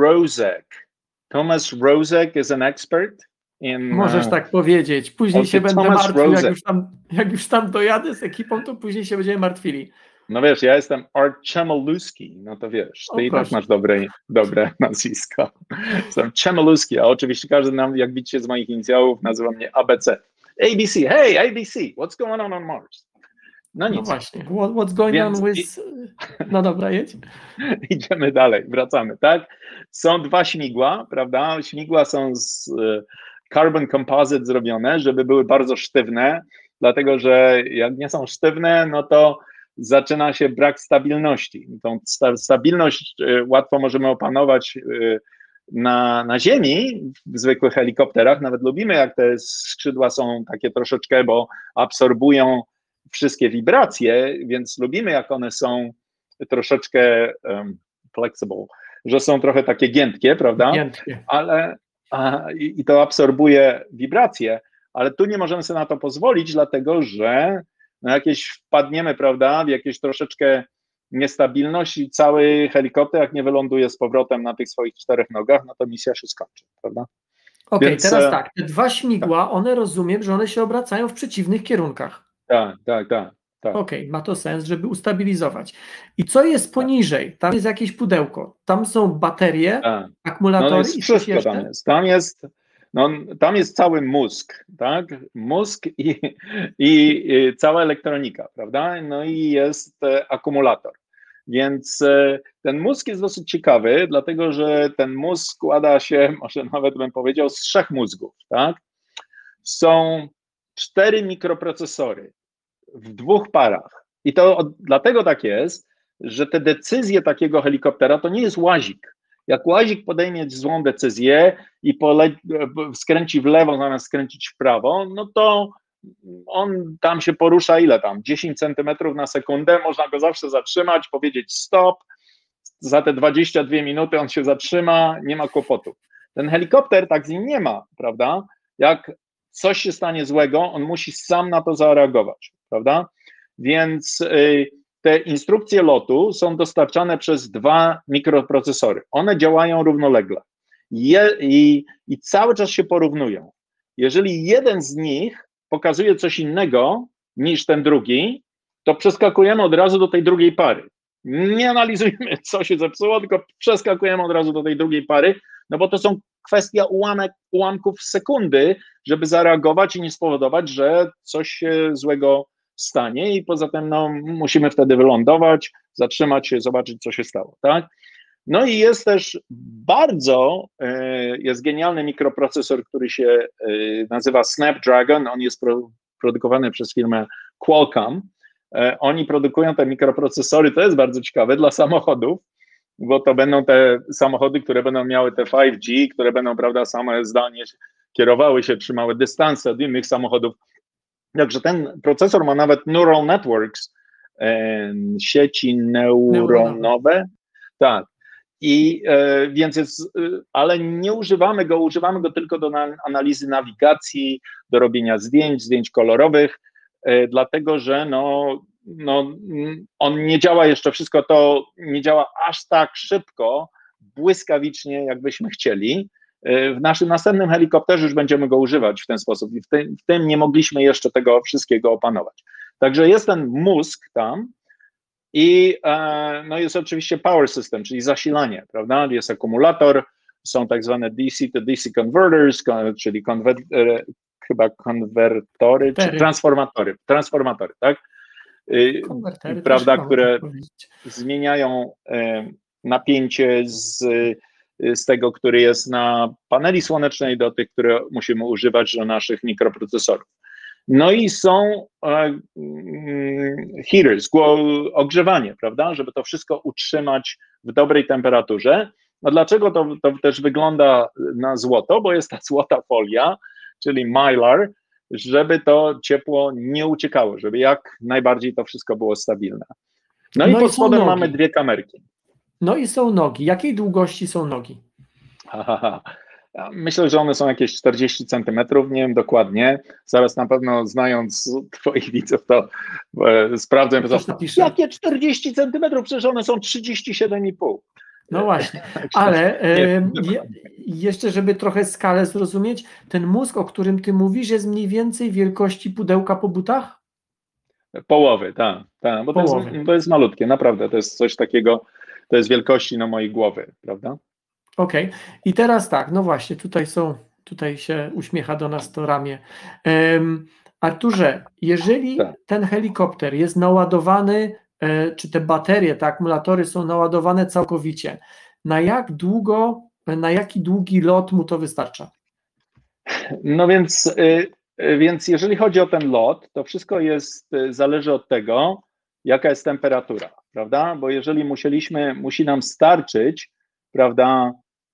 Rozek is an expert in... Możesz tak powiedzieć. Później się będę martwił, jak już tam dojadę z ekipą, to później się będziemy martwili. No wiesz, ja jestem Art Chmielewski, no to wiesz, ty i tak masz dobre nazwisko. Jestem Chmielewski, a oczywiście każdy jak widzicie z moich inicjałów nazywa mnie ABC. ABC, hey ABC, what's going on Mars? No nic. No właśnie, what's going on with... No dobra, jedź. Idziemy dalej, wracamy, tak? Są 2 śmigła, prawda? Śmigła są z carbon composite zrobione, żeby były bardzo sztywne, dlatego że jak nie są sztywne, no to zaczyna się brak stabilności. Tą stabilność łatwo możemy opanować na ziemi, w zwykłych helikopterach. Nawet lubimy, jak te skrzydła są takie troszeczkę, bo absorbują wszystkie wibracje, więc lubimy, jak one są troszeczkę flexible, że są trochę takie giętkie, prawda? Giętkie. Ale i to absorbuje wibracje, ale tu nie możemy sobie na to pozwolić, dlatego że no jakieś wpadniemy, prawda, w jakieś troszeczkę niestabilność i cały helikopter, jak nie wyląduje z powrotem na tych swoich 4 nogach, no to misja się skończy, prawda? Okej, Więc, teraz tak, te dwa śmigła, one rozumiem, że one się obracają w przeciwnych kierunkach. Tak. Okej, ma to sens, żeby ustabilizować. I co jest poniżej? Tam jest jakieś pudełko. Tam są baterie, No akumulatory jest i coś wszystko jeszcze? tam jest cały mózg, tak? Mózg i cała elektronika, prawda? No i jest akumulator. Więc ten mózg jest dosyć ciekawy, dlatego że ten mózg składa się, może nawet bym powiedział, z 3 mózgów, tak? Są 4 mikroprocesory w 2 parach. I to dlatego tak jest, że te decyzje takiego helikoptera to nie jest łazik. Jak łazik podejmie złą decyzję i skręci w lewo zamiast skręcić w prawo, no to on tam się porusza ile tam? 10 centymetrów na sekundę, można go zawsze zatrzymać, powiedzieć stop, za te 22 minuty on się zatrzyma, nie ma kłopotów. Ten helikopter tak z nim nie ma, prawda? Jak coś się stanie złego, on musi sam na to zareagować, prawda? Więc te instrukcje lotu są dostarczane przez 2 mikroprocesory. One działają równolegle i cały czas się porównują. Jeżeli jeden z nich pokazuje coś innego niż ten drugi, to przeskakujemy od razu do tej drugiej pary. Nie analizujemy, co się zepsuło, tylko przeskakujemy od razu do tej drugiej pary, no bo to są kwestia ułamków sekundy, żeby zareagować i nie spowodować, że coś się złego stanie i poza tym no, musimy wtedy wylądować, zatrzymać się, zobaczyć, co się stało, tak? No i jest też jest genialny mikroprocesor, który się nazywa Snapdragon, on jest produkowany przez firmę Qualcomm. Oni produkują te mikroprocesory, to jest bardzo ciekawe, dla samochodów, bo to będą te samochody, które będą miały te 5G, które będą, prawda, same zdalnie kierowały się, trzymały dystanse od innych samochodów. Także ten procesor ma nawet neural networks, sieci neuronowe, tak. I więc jest, ale nie używamy go tylko do analizy nawigacji, do robienia zdjęć kolorowych, dlatego że on nie działa jeszcze, wszystko to nie działa aż tak szybko, błyskawicznie, jakbyśmy chcieli. W naszym następnym helikopterze już będziemy go używać w ten sposób i w tym nie mogliśmy jeszcze tego wszystkiego opanować. Także jest ten mózg tam i no jest oczywiście power system, czyli zasilanie, prawda? Jest akumulator, są tak zwane DC to DC converters, czyli chyba konwertory, czy transformatory, tak? Konwertery, prawda, też które powiedzieć. zmieniają napięcie z tego, który jest na paneli słonecznej, do tych, które musimy używać do naszych mikroprocesorów. No i są heaters, ogrzewanie, prawda, żeby to wszystko utrzymać w dobrej temperaturze. No dlaczego to też wygląda na złoto? Bo jest ta złota folia, czyli mylar, żeby to ciepło nie uciekało, żeby jak najbardziej to wszystko było stabilne. No i pod spodem mamy 2 kamerki. No i są nogi. Jakiej długości są nogi? Myślę, że one są jakieś 40 centymetrów, nie wiem dokładnie. Zaraz na pewno, znając twoich widzów, to sprawdzę. Jakie 40 centymetrów? Przecież one są 37,5. No właśnie, ale jeszcze, żeby trochę skalę zrozumieć, ten mózg, o którym ty mówisz, jest mniej więcej wielkości pudełka po butach? Połowy, tak, bo to jest malutkie, naprawdę, to jest coś takiego, to jest wielkości mojej głowy, prawda? Okej. I teraz tak, no właśnie, tutaj się uśmiecha do nas to ramię. Arturze, jeżeli ten helikopter jest naładowany, czy te baterie, te akumulatory są naładowane całkowicie, na jaki długi lot mu to wystarcza? No więc jeżeli chodzi o ten lot, to wszystko zależy od tego, jaka jest temperatura, prawda? Bo jeżeli musi nam starczyć, prawda,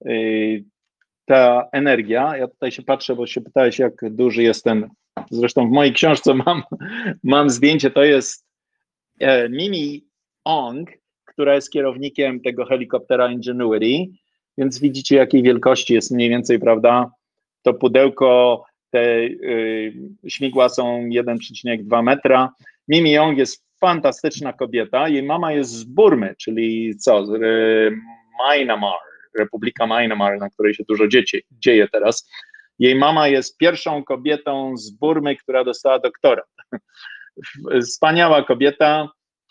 ta energia, ja tutaj się patrzę, bo się pytałeś, jak duży jest ten, zresztą w mojej książce mam zdjęcie, to jest Mimi Ong, która jest kierownikiem tego helikoptera Ingenuity, więc widzicie, jakiej wielkości jest mniej więcej, prawda, to pudełko, te śmigła są 1,2 metra. Mimi Ong jest fantastyczna kobieta, jej mama jest z Burmy, czyli co, z Myanmar, Republika Myanmar, na której się dużo dzieje teraz. Jej mama jest pierwszą kobietą z Burmy, która dostała doktorat. Wspaniała kobieta,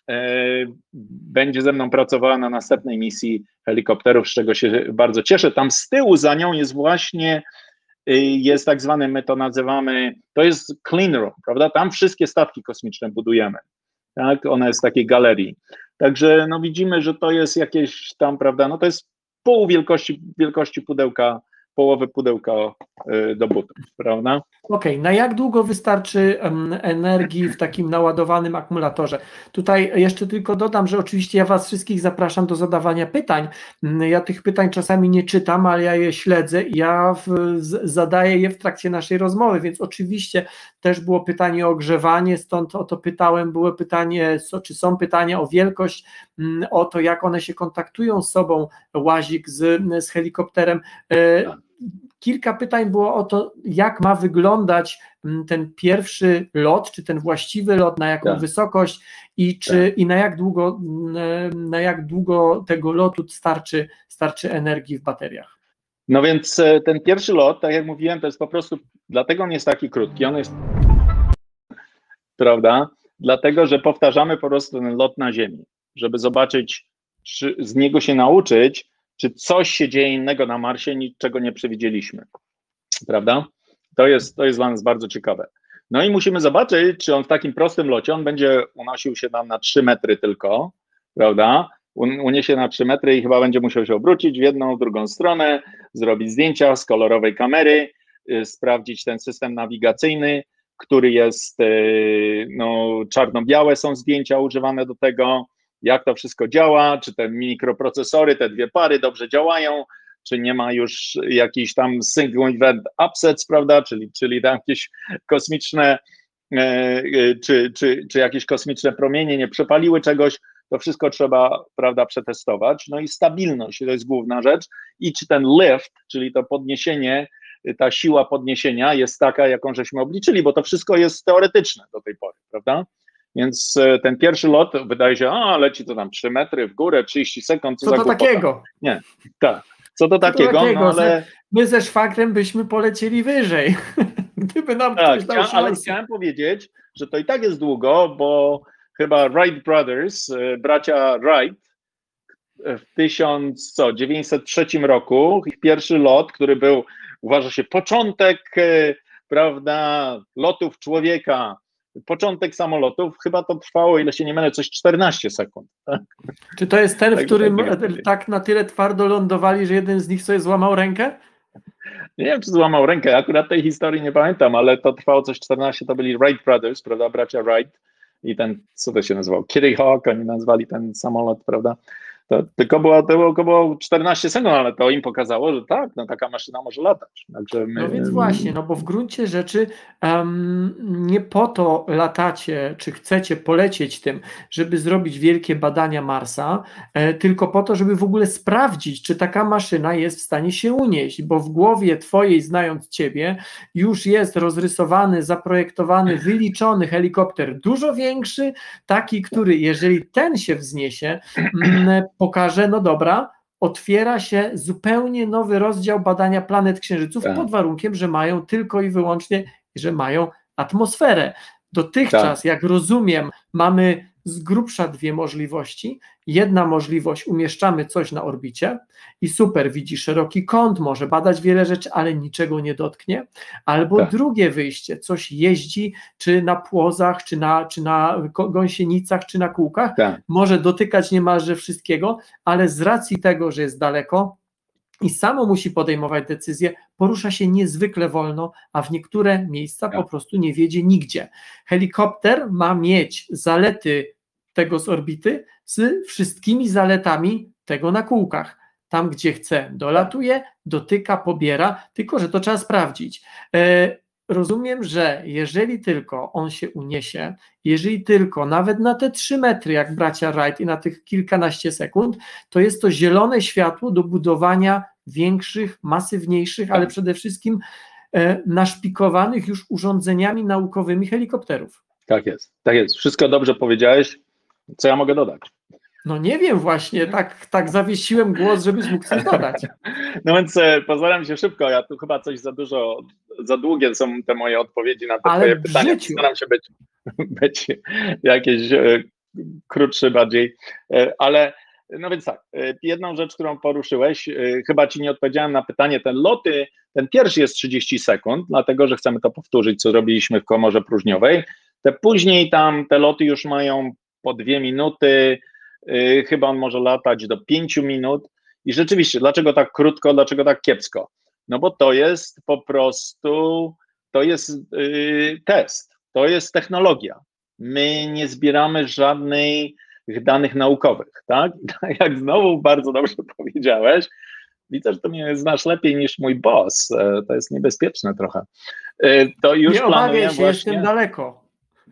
będzie ze mną pracowała na następnej misji helikopterów, z czego się bardzo cieszę. Tam z tyłu za nią jest tak zwany, my to nazywamy, to jest clean room, prawda? Tam wszystkie statki kosmiczne budujemy, tak? Ona jest w takiej galerii. Także no widzimy, że to jest jakieś tam, prawda, no to jest pół wielkości pudełka, połowy pudełka do butów, prawda? Okej, na jak długo wystarczy energii w takim naładowanym akumulatorze? Tutaj jeszcze tylko dodam, że oczywiście ja Was wszystkich zapraszam do zadawania pytań. Ja tych pytań czasami nie czytam, ale ja je śledzę i ja zadaję je w trakcie naszej rozmowy, więc oczywiście też było pytanie o ogrzewanie, stąd o to pytałem, było pytanie, czy są pytania o wielkość, o to, jak one się kontaktują z sobą, łazik z helikopterem. Kilka pytań było o to, jak ma wyglądać ten pierwszy lot, czy ten właściwy lot, na jaką wysokość i na jak długo tego lotu starczy energii w bateriach. No więc ten pierwszy lot, tak jak mówiłem, to jest po prostu, dlatego on jest taki krótki, on jest, prawda, dlatego, że powtarzamy po prostu ten lot na Ziemi, żeby zobaczyć, czy z niego się nauczyć, czy coś się dzieje innego na Marsie, czego nie przewidzieliśmy, prawda? To jest dla nas bardzo ciekawe. No i musimy zobaczyć, czy on w takim prostym locie, on będzie unosił się nam na 3 metry tylko, prawda? Uniesie na 3 metry i chyba będzie musiał się obrócić w jedną, w drugą stronę, zrobić zdjęcia z kolorowej kamery, sprawdzić ten system nawigacyjny, który jest, no, czarno-białe są zdjęcia używane do tego, jak to wszystko działa, czy te mikroprocesory, te dwie pary dobrze działają, czy nie ma już jakichś tam single event upsets, prawda, czyli tam jakieś kosmiczne, czy jakieś kosmiczne promienie nie przepaliły czegoś, to wszystko trzeba, prawda, przetestować. No i stabilność to jest główna rzecz i czy ten lift, czyli to podniesienie, ta siła podniesienia jest taka, jaką żeśmy obliczyli, bo to wszystko jest teoretyczne do tej pory, prawda? Więc ten pierwszy lot wydaje się, leci to tam 3 metry w górę, 30 sekund, co za głupota. Takiego? Nie, tak. Co to takiego? No, ale... My ze szwagrem byśmy polecieli wyżej, gdyby nam ktoś dał szansę. Ale chciałem powiedzieć, że to i tak jest długo, bo chyba Wright Brothers, bracia Wright, w 1903 roku, ich pierwszy lot, który był, uważa się, początek, prawda, lotów człowieka, początek samolotów, chyba to trwało, ile się nie mylę, coś 14 sekund. Tak? Czy to jest ten, w którym tak na tyle twardo lądowali, że jeden z nich sobie złamał rękę? Nie wiem, czy złamał rękę, akurat tej historii nie pamiętam, ale to trwało coś 14, to byli Wright Brothers, prawda, bracia Wright i ten, co to się nazywał, Kitty Hawk, oni nazwali ten samolot, prawda. To tylko było 14 sekund, ale to im pokazało, że tak, no taka maszyna może latać. Także no więc właśnie, no bo w gruncie rzeczy nie po to latacie, czy chcecie polecieć tym, żeby zrobić wielkie badania Marsa, tylko po to, żeby w ogóle sprawdzić, czy taka maszyna jest w stanie się unieść, bo w głowie twojej, znając ciebie, już jest rozrysowany, zaprojektowany, wyliczony helikopter dużo większy, taki, który jeżeli ten się wzniesie, pokaże, no dobra, otwiera się zupełnie nowy rozdział badania planet księżyców pod warunkiem, że mają tylko i wyłącznie, że mają atmosferę. Dotychczas, jak rozumiem, mamy z grubsza dwie możliwości. Jedna możliwość, umieszczamy coś na orbicie i super, widzi szeroki kąt, może badać wiele rzeczy, ale niczego nie dotknie. Albo drugie wyjście, coś jeździ, czy na płozach, czy na gąsienicach, czy na kółkach, może dotykać niemalże wszystkiego, ale z racji tego, że jest daleko i samo musi podejmować decyzje, porusza się niezwykle wolno, a w niektóre miejsca po prostu nie wiedzie nigdzie. Helikopter ma mieć zalety tego z orbity z wszystkimi zaletami tego na kółkach. Tam, gdzie chce, dolatuje, dotyka, pobiera, tylko że to trzeba sprawdzić. Rozumiem, że jeżeli tylko on się uniesie, jeżeli tylko nawet na te 3 metry, jak bracia Wright i na tych kilkanaście sekund, to jest to zielone światło do budowania większych, masywniejszych, ale przede wszystkim naszpikowanych już urządzeniami naukowymi helikopterów. Tak jest, tak jest. Wszystko dobrze powiedziałeś. Co ja mogę dodać? No nie wiem właśnie, tak zawiesiłem głos, żebyś mógł coś dodać. No więc postaram się szybko, ja tu chyba coś za długie są te moje odpowiedzi na te twoje pytania. Staram się być jakieś krótszy bardziej, ale no więc tak, jedną rzecz, którą poruszyłeś, chyba ci nie odpowiedziałem na pytanie, ten pierwszy jest 30 sekund, dlatego, że chcemy to powtórzyć, co robiliśmy w komorze próżniowej, później tam te loty już mają po 2 minuty, chyba on może latać do 5 minut i rzeczywiście, dlaczego tak krótko, dlaczego tak kiepsko? No bo to jest po prostu, to jest test, to jest technologia. My nie zbieramy żadnych danych naukowych, tak? Jak znowu bardzo dobrze powiedziałeś, widzę, że to mnie znasz lepiej niż mój boss, to jest niebezpieczne trochę. To już nie obawiaj się, jestem daleko.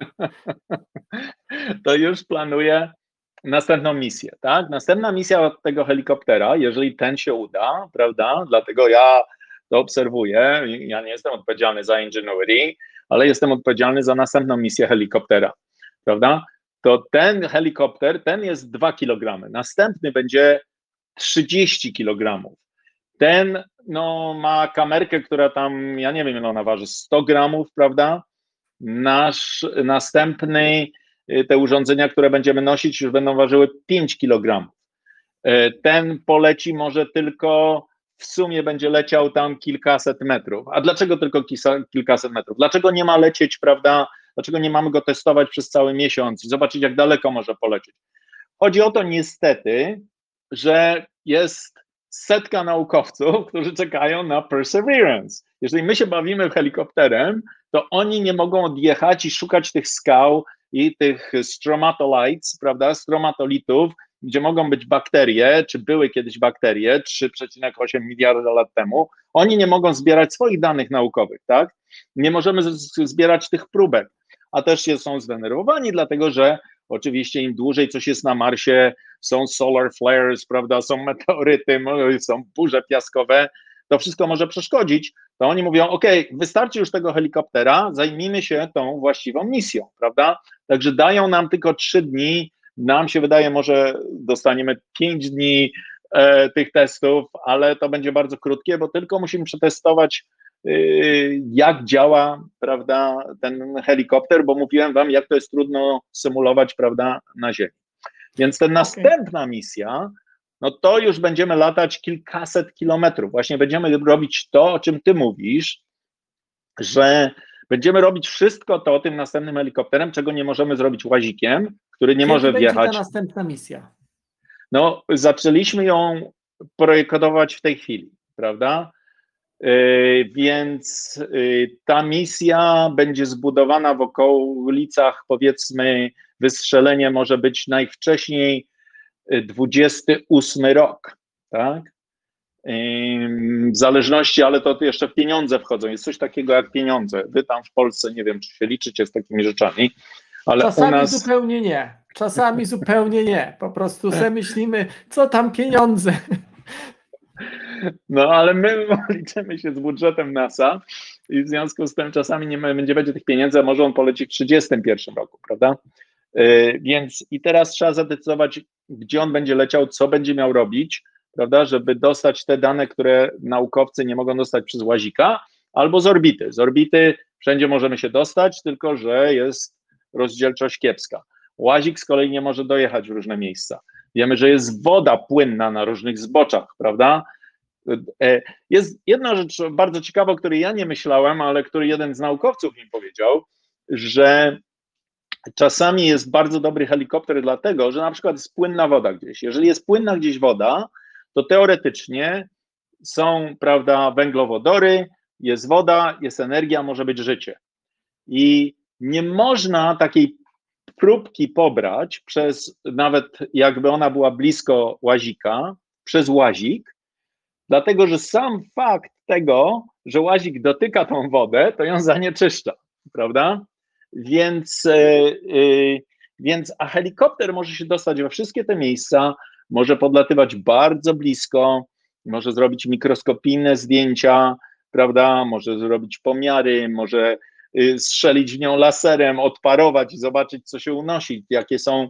To już planuję następną misję, tak? Następna misja od tego helikoptera, jeżeli ten się uda, prawda? Dlatego ja to obserwuję, ja nie jestem odpowiedzialny za Ingenuity, ale jestem odpowiedzialny za następną misję helikoptera, prawda? To ten helikopter, ten jest 2 kg, następny będzie 30 kg. Ten no, ma kamerkę, która tam, ja nie wiem ile ona waży, 100 gramów, prawda? Nasz następny, te urządzenia, które będziemy nosić, już będą ważyły 5 kg. Ten poleci może tylko, w sumie będzie leciał tam kilkaset metrów. A dlaczego tylko kilkaset metrów? Dlaczego nie ma lecieć, prawda? Dlaczego nie mamy go testować przez cały miesiąc i zobaczyć, jak daleko może polecieć? Chodzi o to niestety, że jest setka naukowców, którzy czekają na Perseverance. Jeżeli my się bawimy helikopterem, to oni nie mogą odjechać i szukać tych skał i tych stromatolites, prawda, stromatolitów, gdzie mogą być bakterie, czy były kiedyś bakterie 3,8 miliarda lat temu. Oni nie mogą zbierać swoich danych naukowych, tak? Nie możemy zbierać tych próbek, a też są zdenerwowani, dlatego że oczywiście im dłużej coś jest na Marsie, są solar flares, prawda, są meteoryty, są burze piaskowe, to wszystko może przeszkodzić, to oni mówią, ok, wystarczy już tego helikoptera, zajmijmy się tą właściwą misją, prawda? Także dają nam tylko 3 dni, nam się wydaje, może dostaniemy 5 dni tych testów, ale to będzie bardzo krótkie, bo tylko musimy przetestować, jak działa, prawda, ten helikopter, bo mówiłem wam, jak to jest trudno symulować, prawda, na Ziemi. Więc ta następna misja, no to już będziemy latać kilkaset kilometrów. Właśnie będziemy robić to, o czym ty mówisz, że będziemy robić wszystko to tym następnym helikopterem, czego nie możemy zrobić łazikiem, który nie może wjechać. Kiedy będzie ta następna misja? No, zaczęliśmy ją projektować w tej chwili, prawda? Więc ta misja będzie zbudowana w okolicach, powiedzmy, wystrzelenie może być najwcześniej 28 rok, tak? W zależności, ale to jeszcze w pieniądze wchodzą, jest coś takiego jak pieniądze. Wy tam w Polsce, nie wiem, czy się liczycie z takimi rzeczami, ale czasami u nas... Czasami zupełnie nie, po prostu sobie myślimy, co tam pieniądze. No, ale my liczymy się z budżetem NASA i w związku z tym czasami nie będzie tych pieniędzy, a może on poleci w 31 roku, prawda? Więc i teraz trzeba zadecydować, gdzie on będzie leciał, co będzie miał robić, prawda, żeby dostać te dane, które naukowcy nie mogą dostać przez łazika, albo z orbity. Z orbity wszędzie możemy się dostać, tylko że jest rozdzielczość kiepska. Łazik z kolei nie może dojechać w różne miejsca. Wiemy, że jest woda płynna na różnych zboczach, prawda? Jest jedna rzecz bardzo ciekawa, o której ja nie myślałem, ale który jeden z naukowców mi powiedział, że czasami jest bardzo dobry helikopter dlatego, że na przykład jest płynna woda gdzieś. Jeżeli jest płynna gdzieś woda, to teoretycznie są, prawda, węglowodory, jest woda, jest energia, może być życie. I nie można takiej próbki pobrać przez, nawet jakby ona była blisko łazika, przez łazik, dlatego że sam fakt tego, że łazik dotyka tą wodę, to ją zanieczyszcza, prawda? A helikopter może się dostać we wszystkie te miejsca, może podlatywać bardzo blisko, może zrobić mikroskopijne zdjęcia, prawda? Może zrobić pomiary, może strzelić w nią laserem, odparować i zobaczyć, co się unosi, jakie są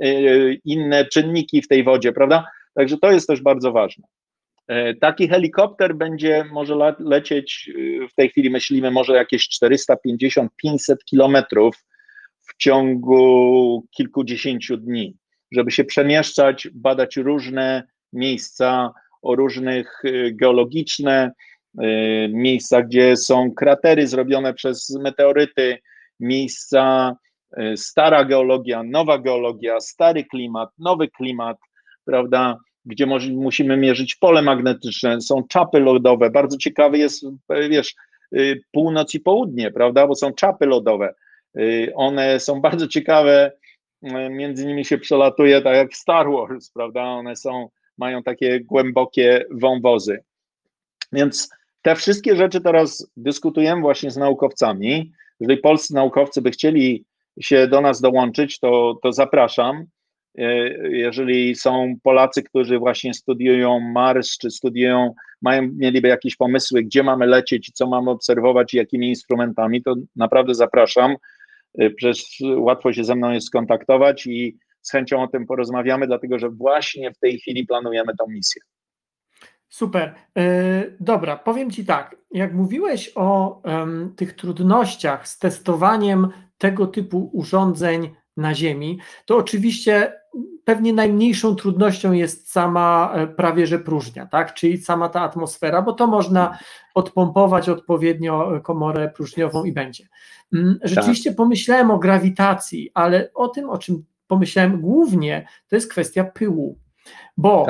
inne czynniki w tej wodzie, prawda? Także to jest też bardzo ważne. Taki helikopter może lecieć, w tej chwili myślimy, może jakieś 450-500 kilometrów w ciągu kilkudziesięciu dni, żeby się przemieszczać, badać różne miejsca o różnych geologiczne, miejsca, gdzie są kratery zrobione przez meteoryty, miejsca, stara geologia, nowa geologia, stary klimat, nowy klimat, prawda, gdzie musimy mierzyć pole magnetyczne, są czapy lodowe, bardzo ciekawy jest, wiesz, północ i południe, prawda, bo są czapy lodowe, one są bardzo ciekawe, między nimi się przelatuje tak jak w Star Wars, prawda, one mają takie głębokie wąwozy, więc te wszystkie rzeczy teraz dyskutujemy właśnie z naukowcami. Jeżeli polscy naukowcy by chcieli się do nas dołączyć, to zapraszam. Jeżeli są Polacy, którzy właśnie studiują Mars, czy mieliby jakieś pomysły, gdzie mamy lecieć i co mamy obserwować i jakimi instrumentami, to naprawdę zapraszam. Przecież łatwo się ze mną jest skontaktować i z chęcią o tym porozmawiamy, dlatego że właśnie w tej chwili planujemy tą misję. Super. Dobra, powiem Ci tak, jak mówiłeś o tych trudnościach z testowaniem tego typu urządzeń na Ziemi, to oczywiście pewnie najmniejszą trudnością jest sama prawie że próżnia, tak? Czyli sama ta atmosfera, bo to można odpompować odpowiednio komorę próżniową i będzie. Rzeczywiście pomyślałem o grawitacji, ale o tym, o czym pomyślałem głównie, to jest kwestia pyłu, bo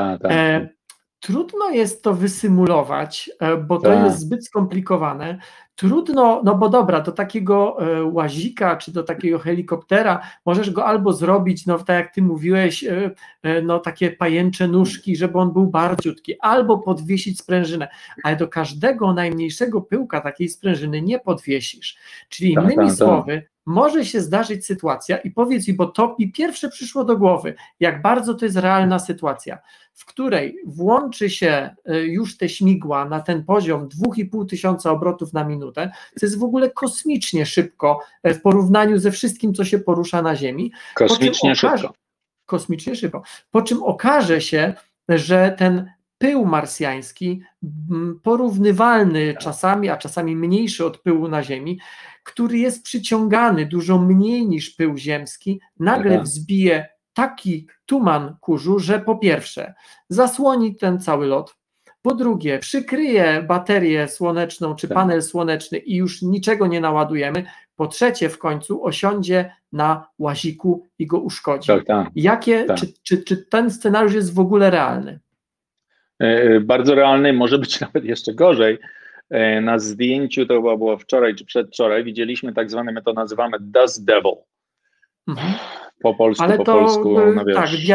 trudno jest to wysymulować, bo to jest zbyt skomplikowane. Trudno, no bo dobra, do takiego łazika czy do takiego helikoptera możesz go albo zrobić, no tak jak ty mówiłeś, no takie pajęcze nóżki, żeby on był bardziutki, albo podwiesić sprężynę, ale do każdego najmniejszego pyłka takiej sprężyny nie podwiesisz. Czyli innymi słowy, może się zdarzyć sytuacja i powiedz mi, bo to mi pierwsze przyszło do głowy, jak bardzo to jest realna sytuacja, w której włączy się już te śmigła na ten poziom 2500 obrotów na minutę, co jest w ogóle kosmicznie szybko w porównaniu ze wszystkim, co się porusza na Ziemi. Kosmicznie szybko. Po czym okaże się, że ten pył marsjański, porównywalny czasami, a czasami mniejszy od pyłu na Ziemi, który jest przyciągany dużo mniej niż pył ziemski, nagle wzbije taki tuman kurzu, że po pierwsze zasłoni ten cały lot, po drugie przykryje baterię słoneczną czy panel słoneczny i już niczego nie naładujemy, po trzecie w końcu osiądzie na łaziku i go uszkodzi. Czy ten scenariusz jest w ogóle realny? Bardzo realny, może być nawet jeszcze gorzej. Na zdjęciu, to było wczoraj czy przedwczoraj, widzieliśmy tak zwany, my to nazywamy Dust Devil. Po polsku, ale no wiesz.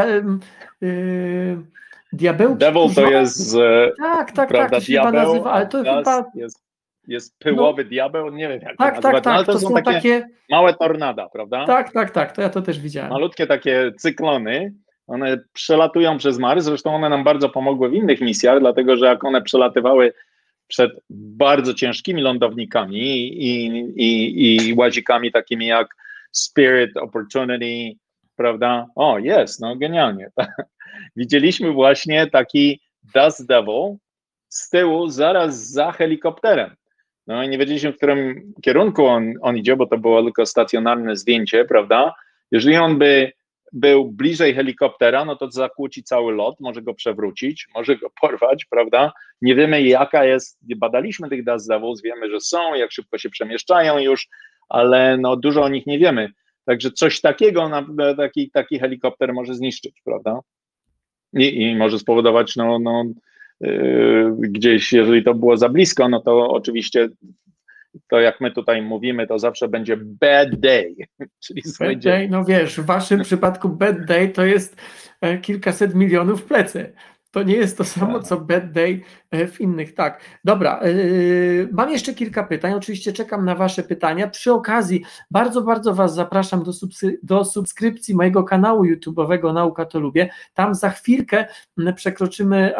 Diabełki. Devil to jest, prawda, to się diabeł, chyba nazywa, ale to chyba... Jest pyłowy diabeł, nie wiem jak to nazywać, ale to są takie małe tornada, prawda? Tak, to ja to też widziałem. Malutkie takie cyklony, one przelatują przez Mars, zresztą one nam bardzo pomogły w innych misjach, dlatego że jak one przelatywały przed bardzo ciężkimi lądownikami i łazikami takimi jak Spirit, Opportunity, prawda? O, jest, no genialnie. Widzieliśmy właśnie taki Dust Devil z tyłu, zaraz za helikopterem. No i nie wiedzieliśmy, w którym kierunku on idzie, bo to było tylko stacjonarne zdjęcie, prawda? Jeżeli on by był bliżej helikoptera, no to zakłóci cały lot, może go przewrócić, może go porwać, prawda? Nie wiemy jaka jest, nie badaliśmy tych Dust Devils, wiemy, że są, jak szybko się przemieszczają już, ale no dużo o nich nie wiemy. Także coś takiego taki helikopter może zniszczyć, prawda? I może spowodować, gdzieś, jeżeli to było za blisko, no to oczywiście to jak my tutaj mówimy, to zawsze będzie bad day, czyli zły Bad day, dzień. no wiesz, w waszym przypadku bad day to jest kilkaset milionów w plecy. To nie jest to samo, Tak. co bad day w innych. Tak, dobra. Mam jeszcze kilka pytań. Oczywiście czekam na wasze pytania. Przy okazji bardzo, bardzo was zapraszam do subskrypcji mojego kanału YouTube'owego Nauka to Lubię. Tam za chwilkę przekroczymy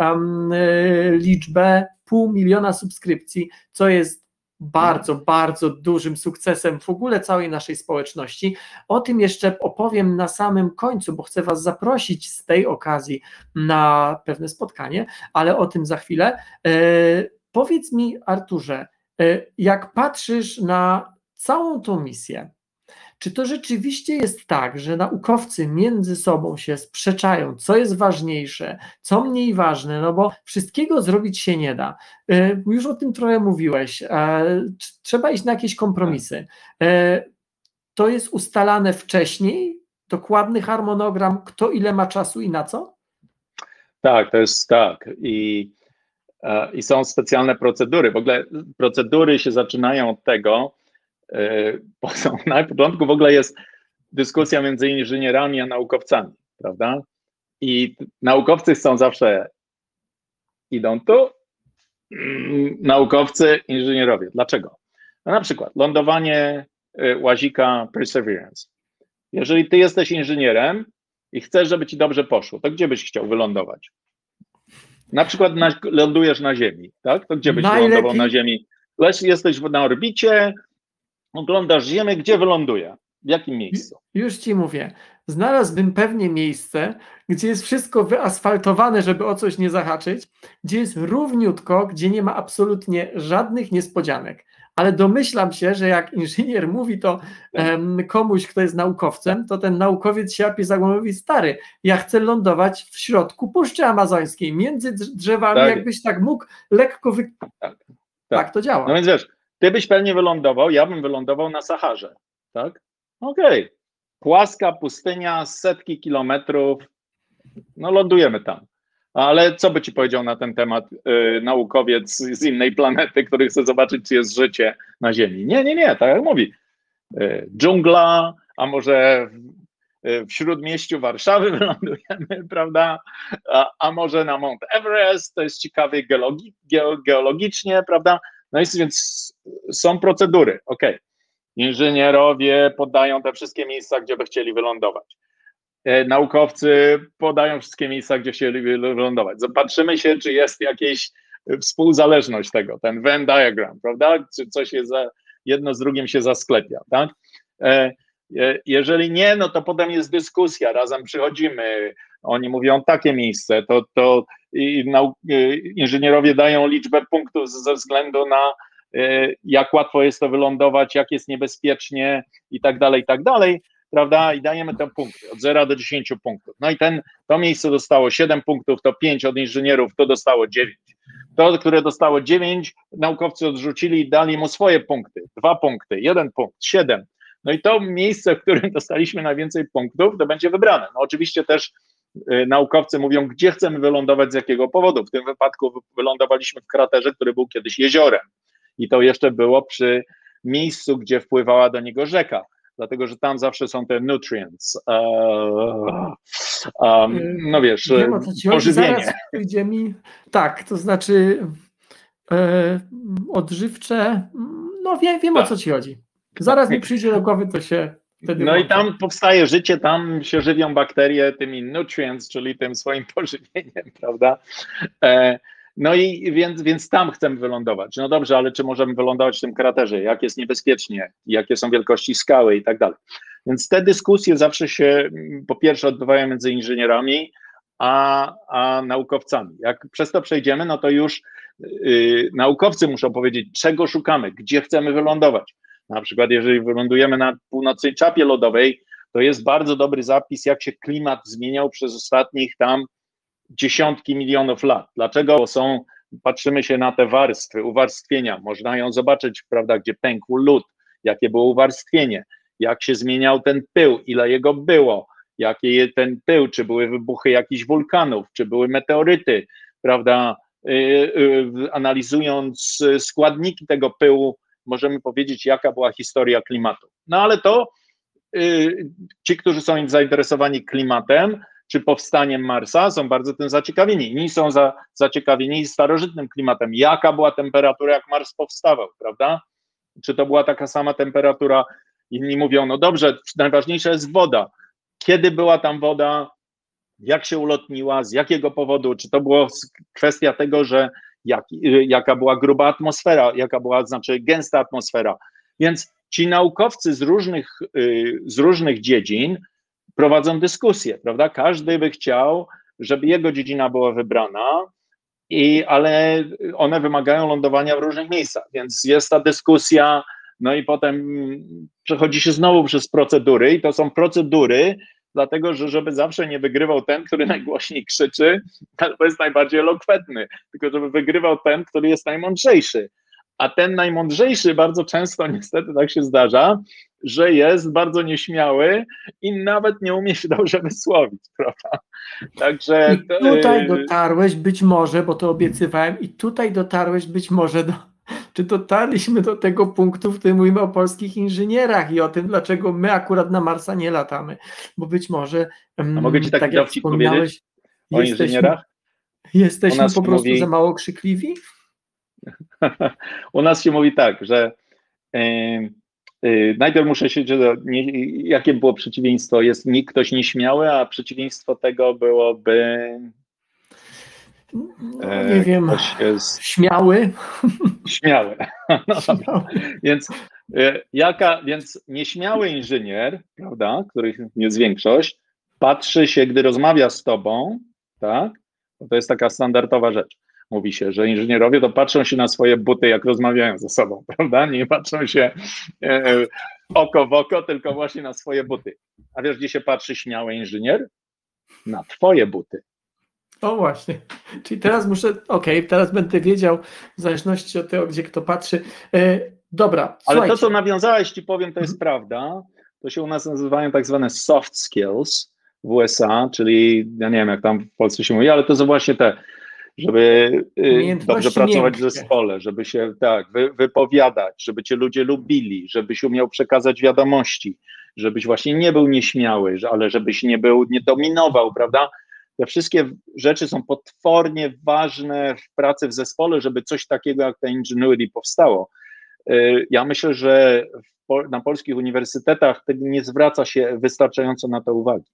liczbę 500 000 subskrypcji, co jest bardzo, bardzo dużym sukcesem w ogóle całej naszej społeczności. O tym jeszcze opowiem na samym końcu, bo chcę was zaprosić z tej okazji na pewne spotkanie, ale o tym za chwilę. Powiedz mi, Arturze, jak patrzysz na całą tą misję, czy to rzeczywiście jest tak, że naukowcy między sobą się sprzeczają, co jest ważniejsze, co mniej ważne, no bo wszystkiego zrobić się nie da. Już o tym trochę mówiłeś, trzeba iść na jakieś kompromisy. To jest ustalane wcześniej, dokładny harmonogram, kto ile ma czasu i na co? Tak, to jest tak. I są specjalne procedury. W ogóle procedury się zaczynają od tego, bo na początku w ogóle jest dyskusja między inżynierami a naukowcami, prawda? I naukowcy są zawsze, idą tu, naukowcy, inżynierowie. Dlaczego? No na przykład lądowanie łazika Perseverance. Jeżeli ty jesteś inżynierem i chcesz, żeby ci dobrze poszło, to gdzie byś chciał wylądować? Na przykład lądujesz na Ziemi, tak? To gdzie byś wylądował na Ziemi? Jesteś na orbicie, oglądasz Ziemię, gdzie wyląduje? W jakim miejscu? Już ci mówię. Znalazłbym pewnie miejsce, gdzie jest wszystko wyasfaltowane, żeby o coś nie zahaczyć, gdzie jest równiutko, gdzie nie ma absolutnie żadnych niespodzianek. Ale domyślam się, że jak inżynier mówi to komuś, kto jest naukowcem, to ten naukowiec się łapie za głowę i mówi: stary, ja chcę lądować w środku Puszczy Amazońskiej, między drzewami, tak. Jakbyś tak mógł lekko Tak to działa. No więc wiesz, ty byś pewnie wylądował, ja bym wylądował na Saharze, tak? Okej. Płaska pustynia, setki kilometrów, no lądujemy tam. Ale co by ci powiedział na ten temat naukowiec z innej planety, który chce zobaczyć, czy jest życie na Ziemi? Nie, tak jak mówi. Dżungla, a może w śródmieściu Warszawy wylądujemy, prawda? A może na Mount Everest, to jest ciekawie geologicznie, prawda? No i więc są procedury, okej. Inżynierowie podają te wszystkie miejsca, gdzie by chcieli wylądować. Naukowcy podają wszystkie miejsca, gdzie chcieli wylądować. Zobaczymy się, czy jest jakaś współzależność tego, ten Venn diagram, prawda? Czy coś jest jedno z drugim się zasklepia, tak? Jeżeli nie, no to potem jest dyskusja, razem przychodzimy, oni mówią takie miejsce, to inżynierowie dają liczbę punktów ze względu na jak łatwo jest to wylądować, jak jest niebezpiecznie i tak dalej, prawda? I dajemy te punkty od 0 do 10 punktów. No i to miejsce dostało 7 punktów, to 5 od inżynierów, to dostało 9. To, które dostało 9, naukowcy odrzucili i dali mu swoje punkty. 2 punkty, 1 punkt, 7. No i to miejsce, w którym dostaliśmy najwięcej punktów, to będzie wybrane. No oczywiście też naukowcy mówią, gdzie chcemy wylądować, z jakiego powodu. W tym wypadku wylądowaliśmy w kraterze, który był kiedyś jeziorem. I to jeszcze było przy miejscu, gdzie wpływała do niego rzeka, dlatego że tam zawsze są te nutrients. No wiesz, wiem, o co ci pożywienie. Zaraz przyjdzie mi, tak, to znaczy odżywcze, no wiem tak. O co ci chodzi. Zaraz mi przyjdzie do głowy, to się wtedy No włącza. I tam powstaje życie, tam się żywią bakterie tymi nutrients, czyli tym swoim pożywieniem, prawda? No i więc tam chcemy wylądować. No dobrze, ale czy możemy wylądować w tym kraterze? Jak jest niebezpiecznie? Jakie są wielkości skały i tak dalej. Więc te dyskusje zawsze się po pierwsze odbywają między inżynierami a naukowcami. Jak przez to przejdziemy, no to już naukowcy muszą powiedzieć, czego szukamy, gdzie chcemy wylądować. Na przykład jeżeli wylądujemy na północnej czapie lodowej, to jest bardzo dobry zapis, jak się klimat zmieniał przez ostatnich tam dziesiątki milionów lat. Dlaczego? Bo patrzymy się na te warstwy, uwarstwienia, można ją zobaczyć, prawda, gdzie pękł lód, jakie było uwarstwienie, jak się zmieniał ten pył, ile jego było, jakie ten pył, czy były wybuchy jakichś wulkanów, czy były meteoryty, prawda, analizując składniki tego pyłu, możemy powiedzieć, jaka była historia klimatu. No ale to ci, którzy są zainteresowani klimatem, czy powstaniem Marsa, są bardzo tym zaciekawieni. Inni są zaciekawieni starożytnym klimatem. Jaka była temperatura, jak Mars powstawał, prawda? Czy to była taka sama temperatura? Inni mówią, no dobrze, najważniejsza jest woda. Kiedy była tam woda? Jak się ulotniła? Z jakiego powodu? Czy to była kwestia tego, że jaka była gruba atmosfera, jaka była, znaczy gęsta atmosfera? Więc ci naukowcy z różnych dziedzin prowadzą dyskusje, prawda? Każdy by chciał, żeby jego dziedzina była wybrana, ale one wymagają lądowania w różnych miejscach, więc jest ta dyskusja, no i potem przechodzi się znowu przez procedury i to są procedury, dlatego że żeby zawsze nie wygrywał ten, który najgłośniej krzyczy, albo jest najbardziej elokwentny, tylko żeby wygrywał ten, który jest najmądrzejszy. A ten najmądrzejszy bardzo często niestety tak się zdarza, że jest bardzo nieśmiały i nawet nie umie się dobrze wysłowić, prawda? Także I tutaj dotarłeś być może, bo to obiecywałem, i tutaj dotarłeś być może czy dotarliśmy do tego punktu, w którym mówimy o polskich inżynierach i o tym, dlaczego my akurat na Marsa nie latamy, bo być może, a mogę ci taki tak jak dowcip powiedzieć o inżynierach? Jesteśmy po prostu za mało krzykliwi? U nas się mówi tak, że najpierw muszę się, jakie było przeciwieństwo? Jest ktoś nieśmiały, a przeciwieństwo tego byłoby... No, nie wiem, śmiały. Śmiały. No, śmiały. Więc nieśmiały inżynier, prawda, których jest większość, patrzy się, gdy rozmawia z tobą, tak? To jest taka standardowa rzecz. Mówi się, że inżynierowie to patrzą się na swoje buty, jak rozmawiają ze sobą, prawda? Nie patrzą się oko w oko, tylko właśnie na swoje buty. A wiesz, gdzie się patrzy śmiały inżynier? Na twoje buty. O właśnie, czyli teraz muszę, teraz będę wiedział w zależności od tego, gdzie kto patrzy. Dobra, ale słuchajcie. to, co nawiązałeś, ci powiem, to jest prawda. To się u nas nazywają tak zwane soft skills w USA, czyli ja nie wiem, jak tam w Polsce się mówi, ale to są właśnie te, żeby dobrze pracować w zespole, żeby się wypowiadać, żeby cię ludzie lubili, żebyś umiał przekazać wiadomości, żebyś właśnie nie był nieśmiały, ale żebyś nie dominował, prawda? Te wszystkie rzeczy są potwornie ważne w pracy w zespole, żeby coś takiego jak ta Ingenuity powstało. Ja myślę, że na polskich uniwersytetach nie zwraca się wystarczająco na to uwagi.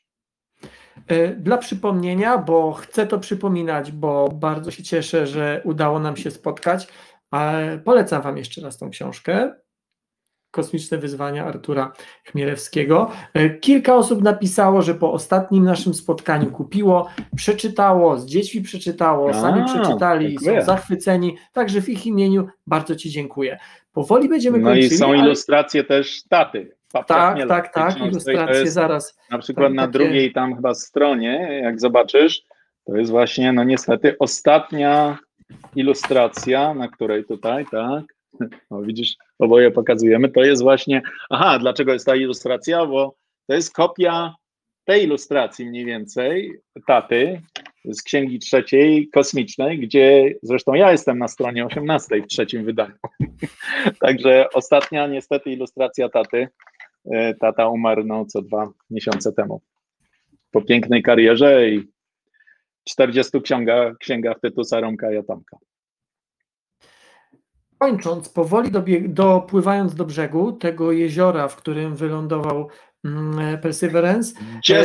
Dla przypomnienia, bo chcę to przypominać, bo bardzo się cieszę, że udało nam się spotkać. Polecam wam jeszcze raz tą książkę. Kosmiczne wyzwania Artura Chmielewskiego. Kilka osób napisało, że po ostatnim naszym spotkaniu kupiło, przeczytało, z dziećmi przeczytało, sami przeczytali, są zachwyceni, także w ich imieniu bardzo ci dziękuję. Powoli będziemy kończyli. No i są ilustracje też taty. Tak, ilustracje zaraz. Na przykład na drugiej tam chyba stronie, jak zobaczysz, to jest właśnie, no niestety, ostatnia ilustracja, na której tutaj, tak, no widzisz, oboje pokazujemy, to jest właśnie, dlaczego jest ta ilustracja, bo to jest kopia tej ilustracji mniej więcej, taty, z Księgi Trzeciej Kosmicznej, gdzie zresztą ja jestem na stronie 18 w trzecim wydaniu. Także ostatnia niestety ilustracja taty. Tata umarł co 2 miesiące temu. Po pięknej karierze i 40 księgach Tytusa, Romka i Atomka. Kończąc, powoli dopływając do brzegu tego jeziora, w którym wylądował Perseverance,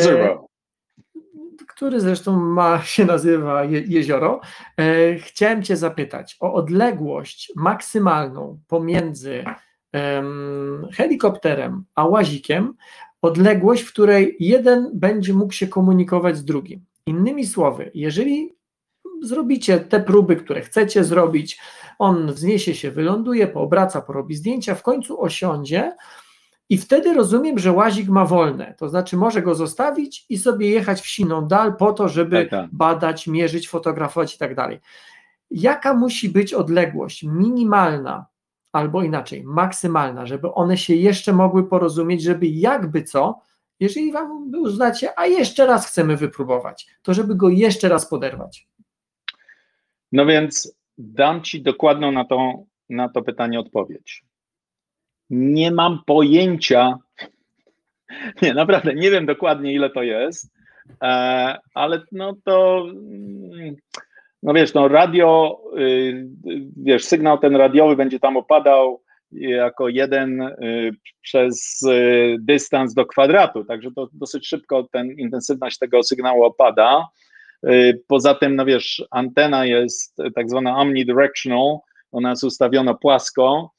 który zresztą się nazywa jezioro, chciałem cię zapytać o odległość maksymalną pomiędzy helikopterem a łazikiem, odległość, w której jeden będzie mógł się komunikować z drugim. Innymi słowy, jeżeli zrobicie te próby, które chcecie zrobić, on wzniesie się, wyląduje, poobraca, porobi zdjęcia, w końcu osiądzie i wtedy rozumiem, że łazik ma wolne, to znaczy może go zostawić i sobie jechać w siną dal po to, żeby badać, mierzyć, fotografować i tak dalej. Jaka musi być odległość minimalna, albo inaczej, maksymalna, żeby one się jeszcze mogły porozumieć, żeby jakby co, jeżeli wam uznacie, a jeszcze raz chcemy wypróbować, to żeby go jeszcze raz poderwać. No więc dam ci dokładną na tą na to pytanie odpowiedź. Nie mam pojęcia, nie, naprawdę nie wiem dokładnie, ile to jest, ale no to, no wiesz, no radio, wiesz, sygnał ten radiowy będzie tam opadał jako 1 przez dystans do kwadratu, także to dosyć szybko intensywność tego sygnału opada. Poza tym, no wiesz, antena jest tak zwana omnidirectional, ona jest ustawiona płasko,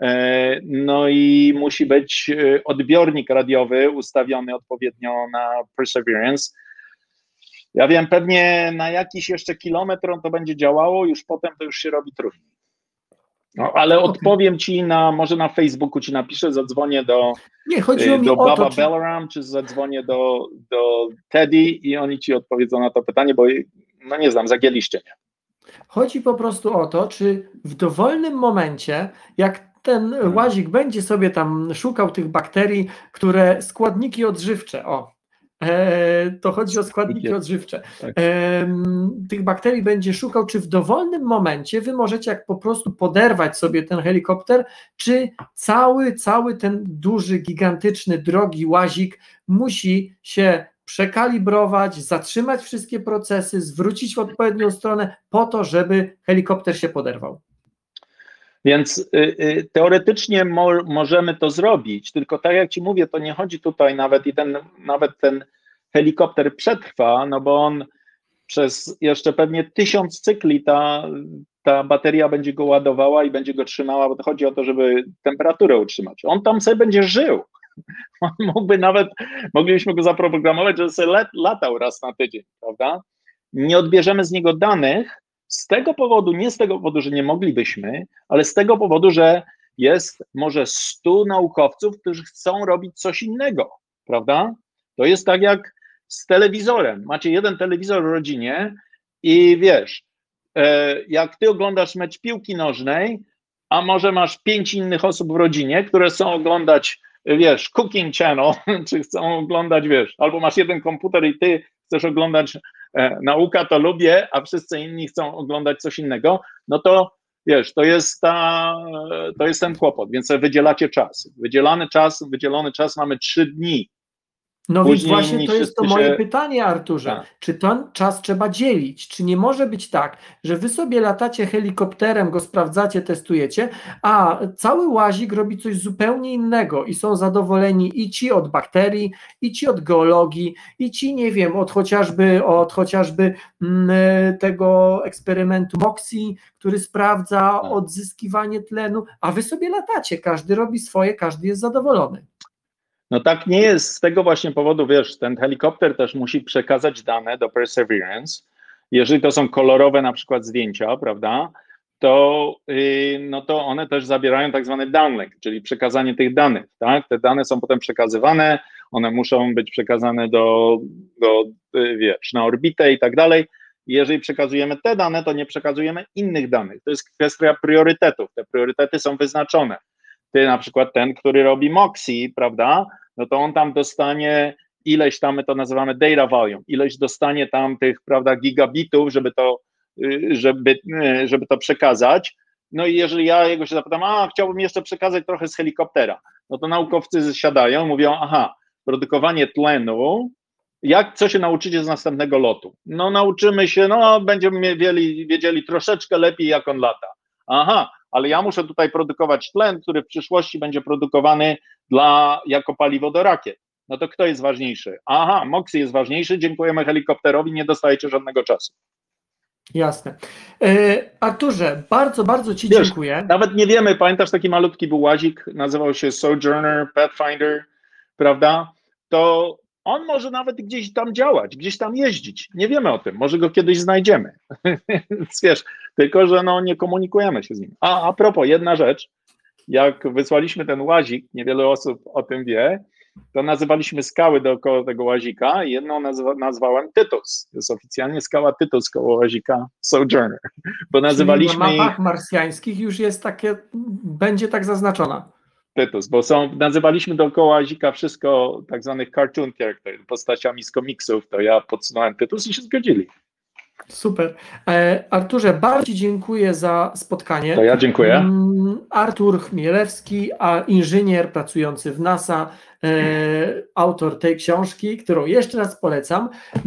no i musi być odbiornik radiowy ustawiony odpowiednio na Perseverance. Ja wiem, pewnie na jakiś jeszcze kilometr on to będzie działało, już potem to już się robi trudniej. No, ale odpowiem ci może na Facebooku ci napiszę, zadzwonię Nie, chodziło mi do o Baba to, Belaram, czy zadzwonię do Teddy i oni ci odpowiedzą na to pytanie, bo no nie znam, zagięliście mnie. chodzi po prostu o to, czy w dowolnym momencie, jak ten łazik będzie sobie tam szukał tych bakterii, które składniki odżywcze, to chodzi o składniki odżywcze. Tak. Tych bakterii będzie szukał, czy w dowolnym momencie wy możecie jak po prostu poderwać sobie ten helikopter, czy cały ten duży, gigantyczny, drogi łazik musi się przekalibrować, zatrzymać wszystkie procesy, zwrócić w odpowiednią stronę po to, żeby helikopter się poderwał. Więc teoretycznie możemy to zrobić, tylko tak jak ci mówię, to nie chodzi tutaj nawet ten helikopter przetrwa, no bo on przez jeszcze pewnie 1000 cykli ta bateria będzie go ładowała i będzie go trzymała, bo to chodzi o to, żeby temperaturę utrzymać. On tam sobie będzie żył. On moglibyśmy go zaprogramować, żeby sobie latał raz na tydzień, prawda? Nie odbierzemy z niego danych, z tego powodu, nie z tego powodu, że nie moglibyśmy, ale z tego powodu, że jest może 100 naukowców, którzy chcą robić coś innego, prawda? To jest tak jak z telewizorem. Macie jeden telewizor w rodzinie i wiesz, jak ty oglądasz mecz piłki nożnej, a może masz 5 innych osób w rodzinie, które chcą oglądać, wiesz, Cooking Channel, czy chcą oglądać, wiesz, albo masz jeden komputer i ty chcesz oglądać Nauka to lubię, a wszyscy inni chcą oglądać coś innego, no to wiesz, to jest ten kłopot, więc sobie wydzielacie czas. Wydzielony czas mamy 3 dni. No Później więc właśnie to jest to moje pytanie, Arturze. Tak. Czy ten czas trzeba dzielić? Czy nie może być tak, że wy sobie latacie helikopterem, go sprawdzacie, testujecie, a cały łazik robi coś zupełnie innego i są zadowoleni i ci od bakterii, i ci od geologii, i ci, nie wiem, od chociażby tego eksperymentu MOXIE, który sprawdza odzyskiwanie tlenu, a wy sobie latacie, każdy robi swoje, każdy jest zadowolony. No tak nie jest z tego właśnie powodu, wiesz, ten helikopter też musi przekazać dane do Perseverance. Jeżeli to są kolorowe na przykład zdjęcia, prawda, to, no to one też zabierają tak zwany downlink, czyli przekazanie tych danych, tak? Te dane są potem przekazywane, one muszą być przekazane wiesz, na orbitę i tak dalej. Jeżeli przekazujemy te dane, to nie przekazujemy innych danych. To jest kwestia priorytetów. Te priorytety są wyznaczone. Ty na przykład ten, który robi MOXIE, prawda, no to on tam dostanie ileś tam, my to nazywamy data volume, ileś dostanie tam tych, prawda, gigabitów, żeby to przekazać. No i jeżeli ja jego się zapytam, chciałbym jeszcze przekazać trochę z helikoptera, no to naukowcy siadają, mówią, produkowanie tlenu, co się nauczycie z następnego lotu? No nauczymy się, będziemy wiedzieli troszeczkę lepiej, jak on lata. Ale ja muszę tutaj produkować tlen, który w przyszłości będzie produkowany jako paliwo do rakiet. No to kto jest ważniejszy? MOXIE jest ważniejszy, dziękujemy helikopterowi, nie dostajecie żadnego czasu. Jasne. Arturze, bardzo, bardzo ci dziękuję. Nawet nie wiemy, pamiętasz, taki malutki był łazik, nazywał się Sojourner, Pathfinder, prawda? To on może nawet gdzieś tam działać, gdzieś tam jeździć. Nie wiemy o tym, może go kiedyś znajdziemy. Więc wiesz, tylko że nie komunikujemy się z nim. A propos, jedna rzecz, jak wysłaliśmy ten łazik, niewiele osób o tym wie, to nazywaliśmy skały dookoła tego łazika i jedną nazwałem Tytus. To jest oficjalnie skała Tytus koło łazika Sojourner. Bo nazywaliśmy na mapach marsjańskich już jest będzie tak zaznaczona. Tytus, bo nazywaliśmy dookoła łazika wszystko tak zwanych cartoon character, postaciami z komiksów, to ja podsunąłem Tytus i się zgodzili. Super. Arturze, bardzo dziękuję za spotkanie. To ja dziękuję. Artur Chmielewski, inżynier pracujący w NASA, autor tej książki, którą jeszcze raz polecam.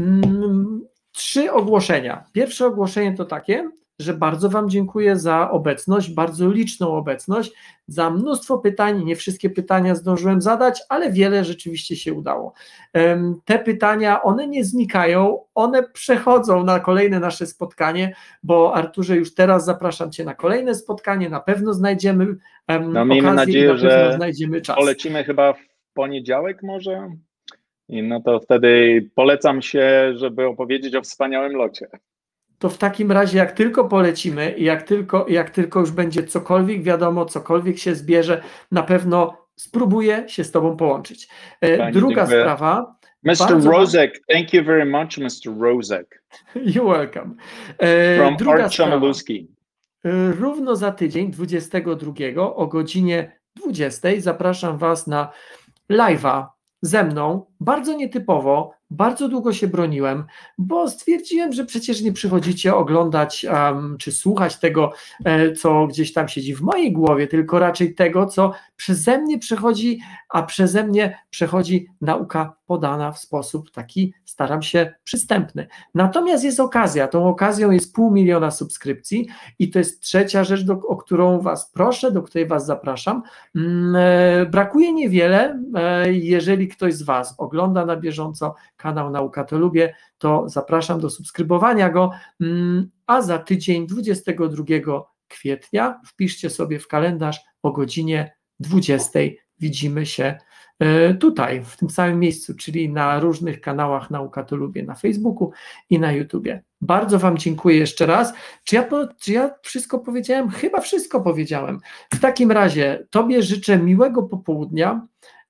3 ogłoszenia. Pierwsze ogłoszenie to takie, że bardzo Wam dziękuję za obecność, bardzo liczną obecność, za mnóstwo pytań. Nie wszystkie pytania zdążyłem zadać, ale wiele rzeczywiście się udało. Te pytania, one nie znikają, one przechodzą na kolejne nasze spotkanie, bo Arturze, już teraz zapraszam Cię na kolejne spotkanie, na pewno znajdziemy Miejmy nadzieję, i na pewno że znajdziemy czas. polecimy chyba w poniedziałek może? I no to wtedy polecam się, żeby opowiedzieć o wspaniałym locie. To w takim razie, jak tylko polecimy i jak tylko już będzie cokolwiek wiadomo, cokolwiek się zbierze, na pewno spróbuję się z Tobą połączyć. Druga dziękuję. sprawa. Mr. Rozek, thank you very much, Mr. Rozek. You're welcome. From Druga Art sprawa. Chmielewski. Równo za tydzień, 22 o godzinie 20 zapraszam Was na live'a ze mną, bardzo nietypowo, bardzo długo się broniłem, bo stwierdziłem, że przecież nie przychodzicie oglądać czy słuchać tego, co gdzieś tam siedzi w mojej głowie, tylko raczej tego, co przeze mnie przechodzi, a przeze mnie przechodzi nauka podana w sposób taki, staram się, przystępny. Natomiast jest okazja, tą okazją jest 500 000 subskrypcji i to jest trzecia rzecz, o którą Was proszę, do której Was zapraszam. Brakuje niewiele, jeżeli ktoś z Was ogląda na bieżąco kanał Nauka to Lubię, to zapraszam do subskrybowania go, a za tydzień 22 kwietnia wpiszcie sobie w kalendarz o godzinie 20 widzimy się tutaj, w tym samym miejscu, czyli na różnych kanałach Nauka to Lubię, na Facebooku i na YouTubie. Bardzo Wam dziękuję jeszcze raz. Czy ja wszystko powiedziałem? Chyba wszystko powiedziałem. W takim razie Tobie życzę miłego popołudnia,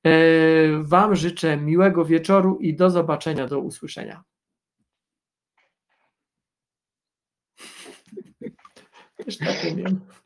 Wam życzę miłego wieczoru i do zobaczenia, do usłyszenia. Już tak umiem.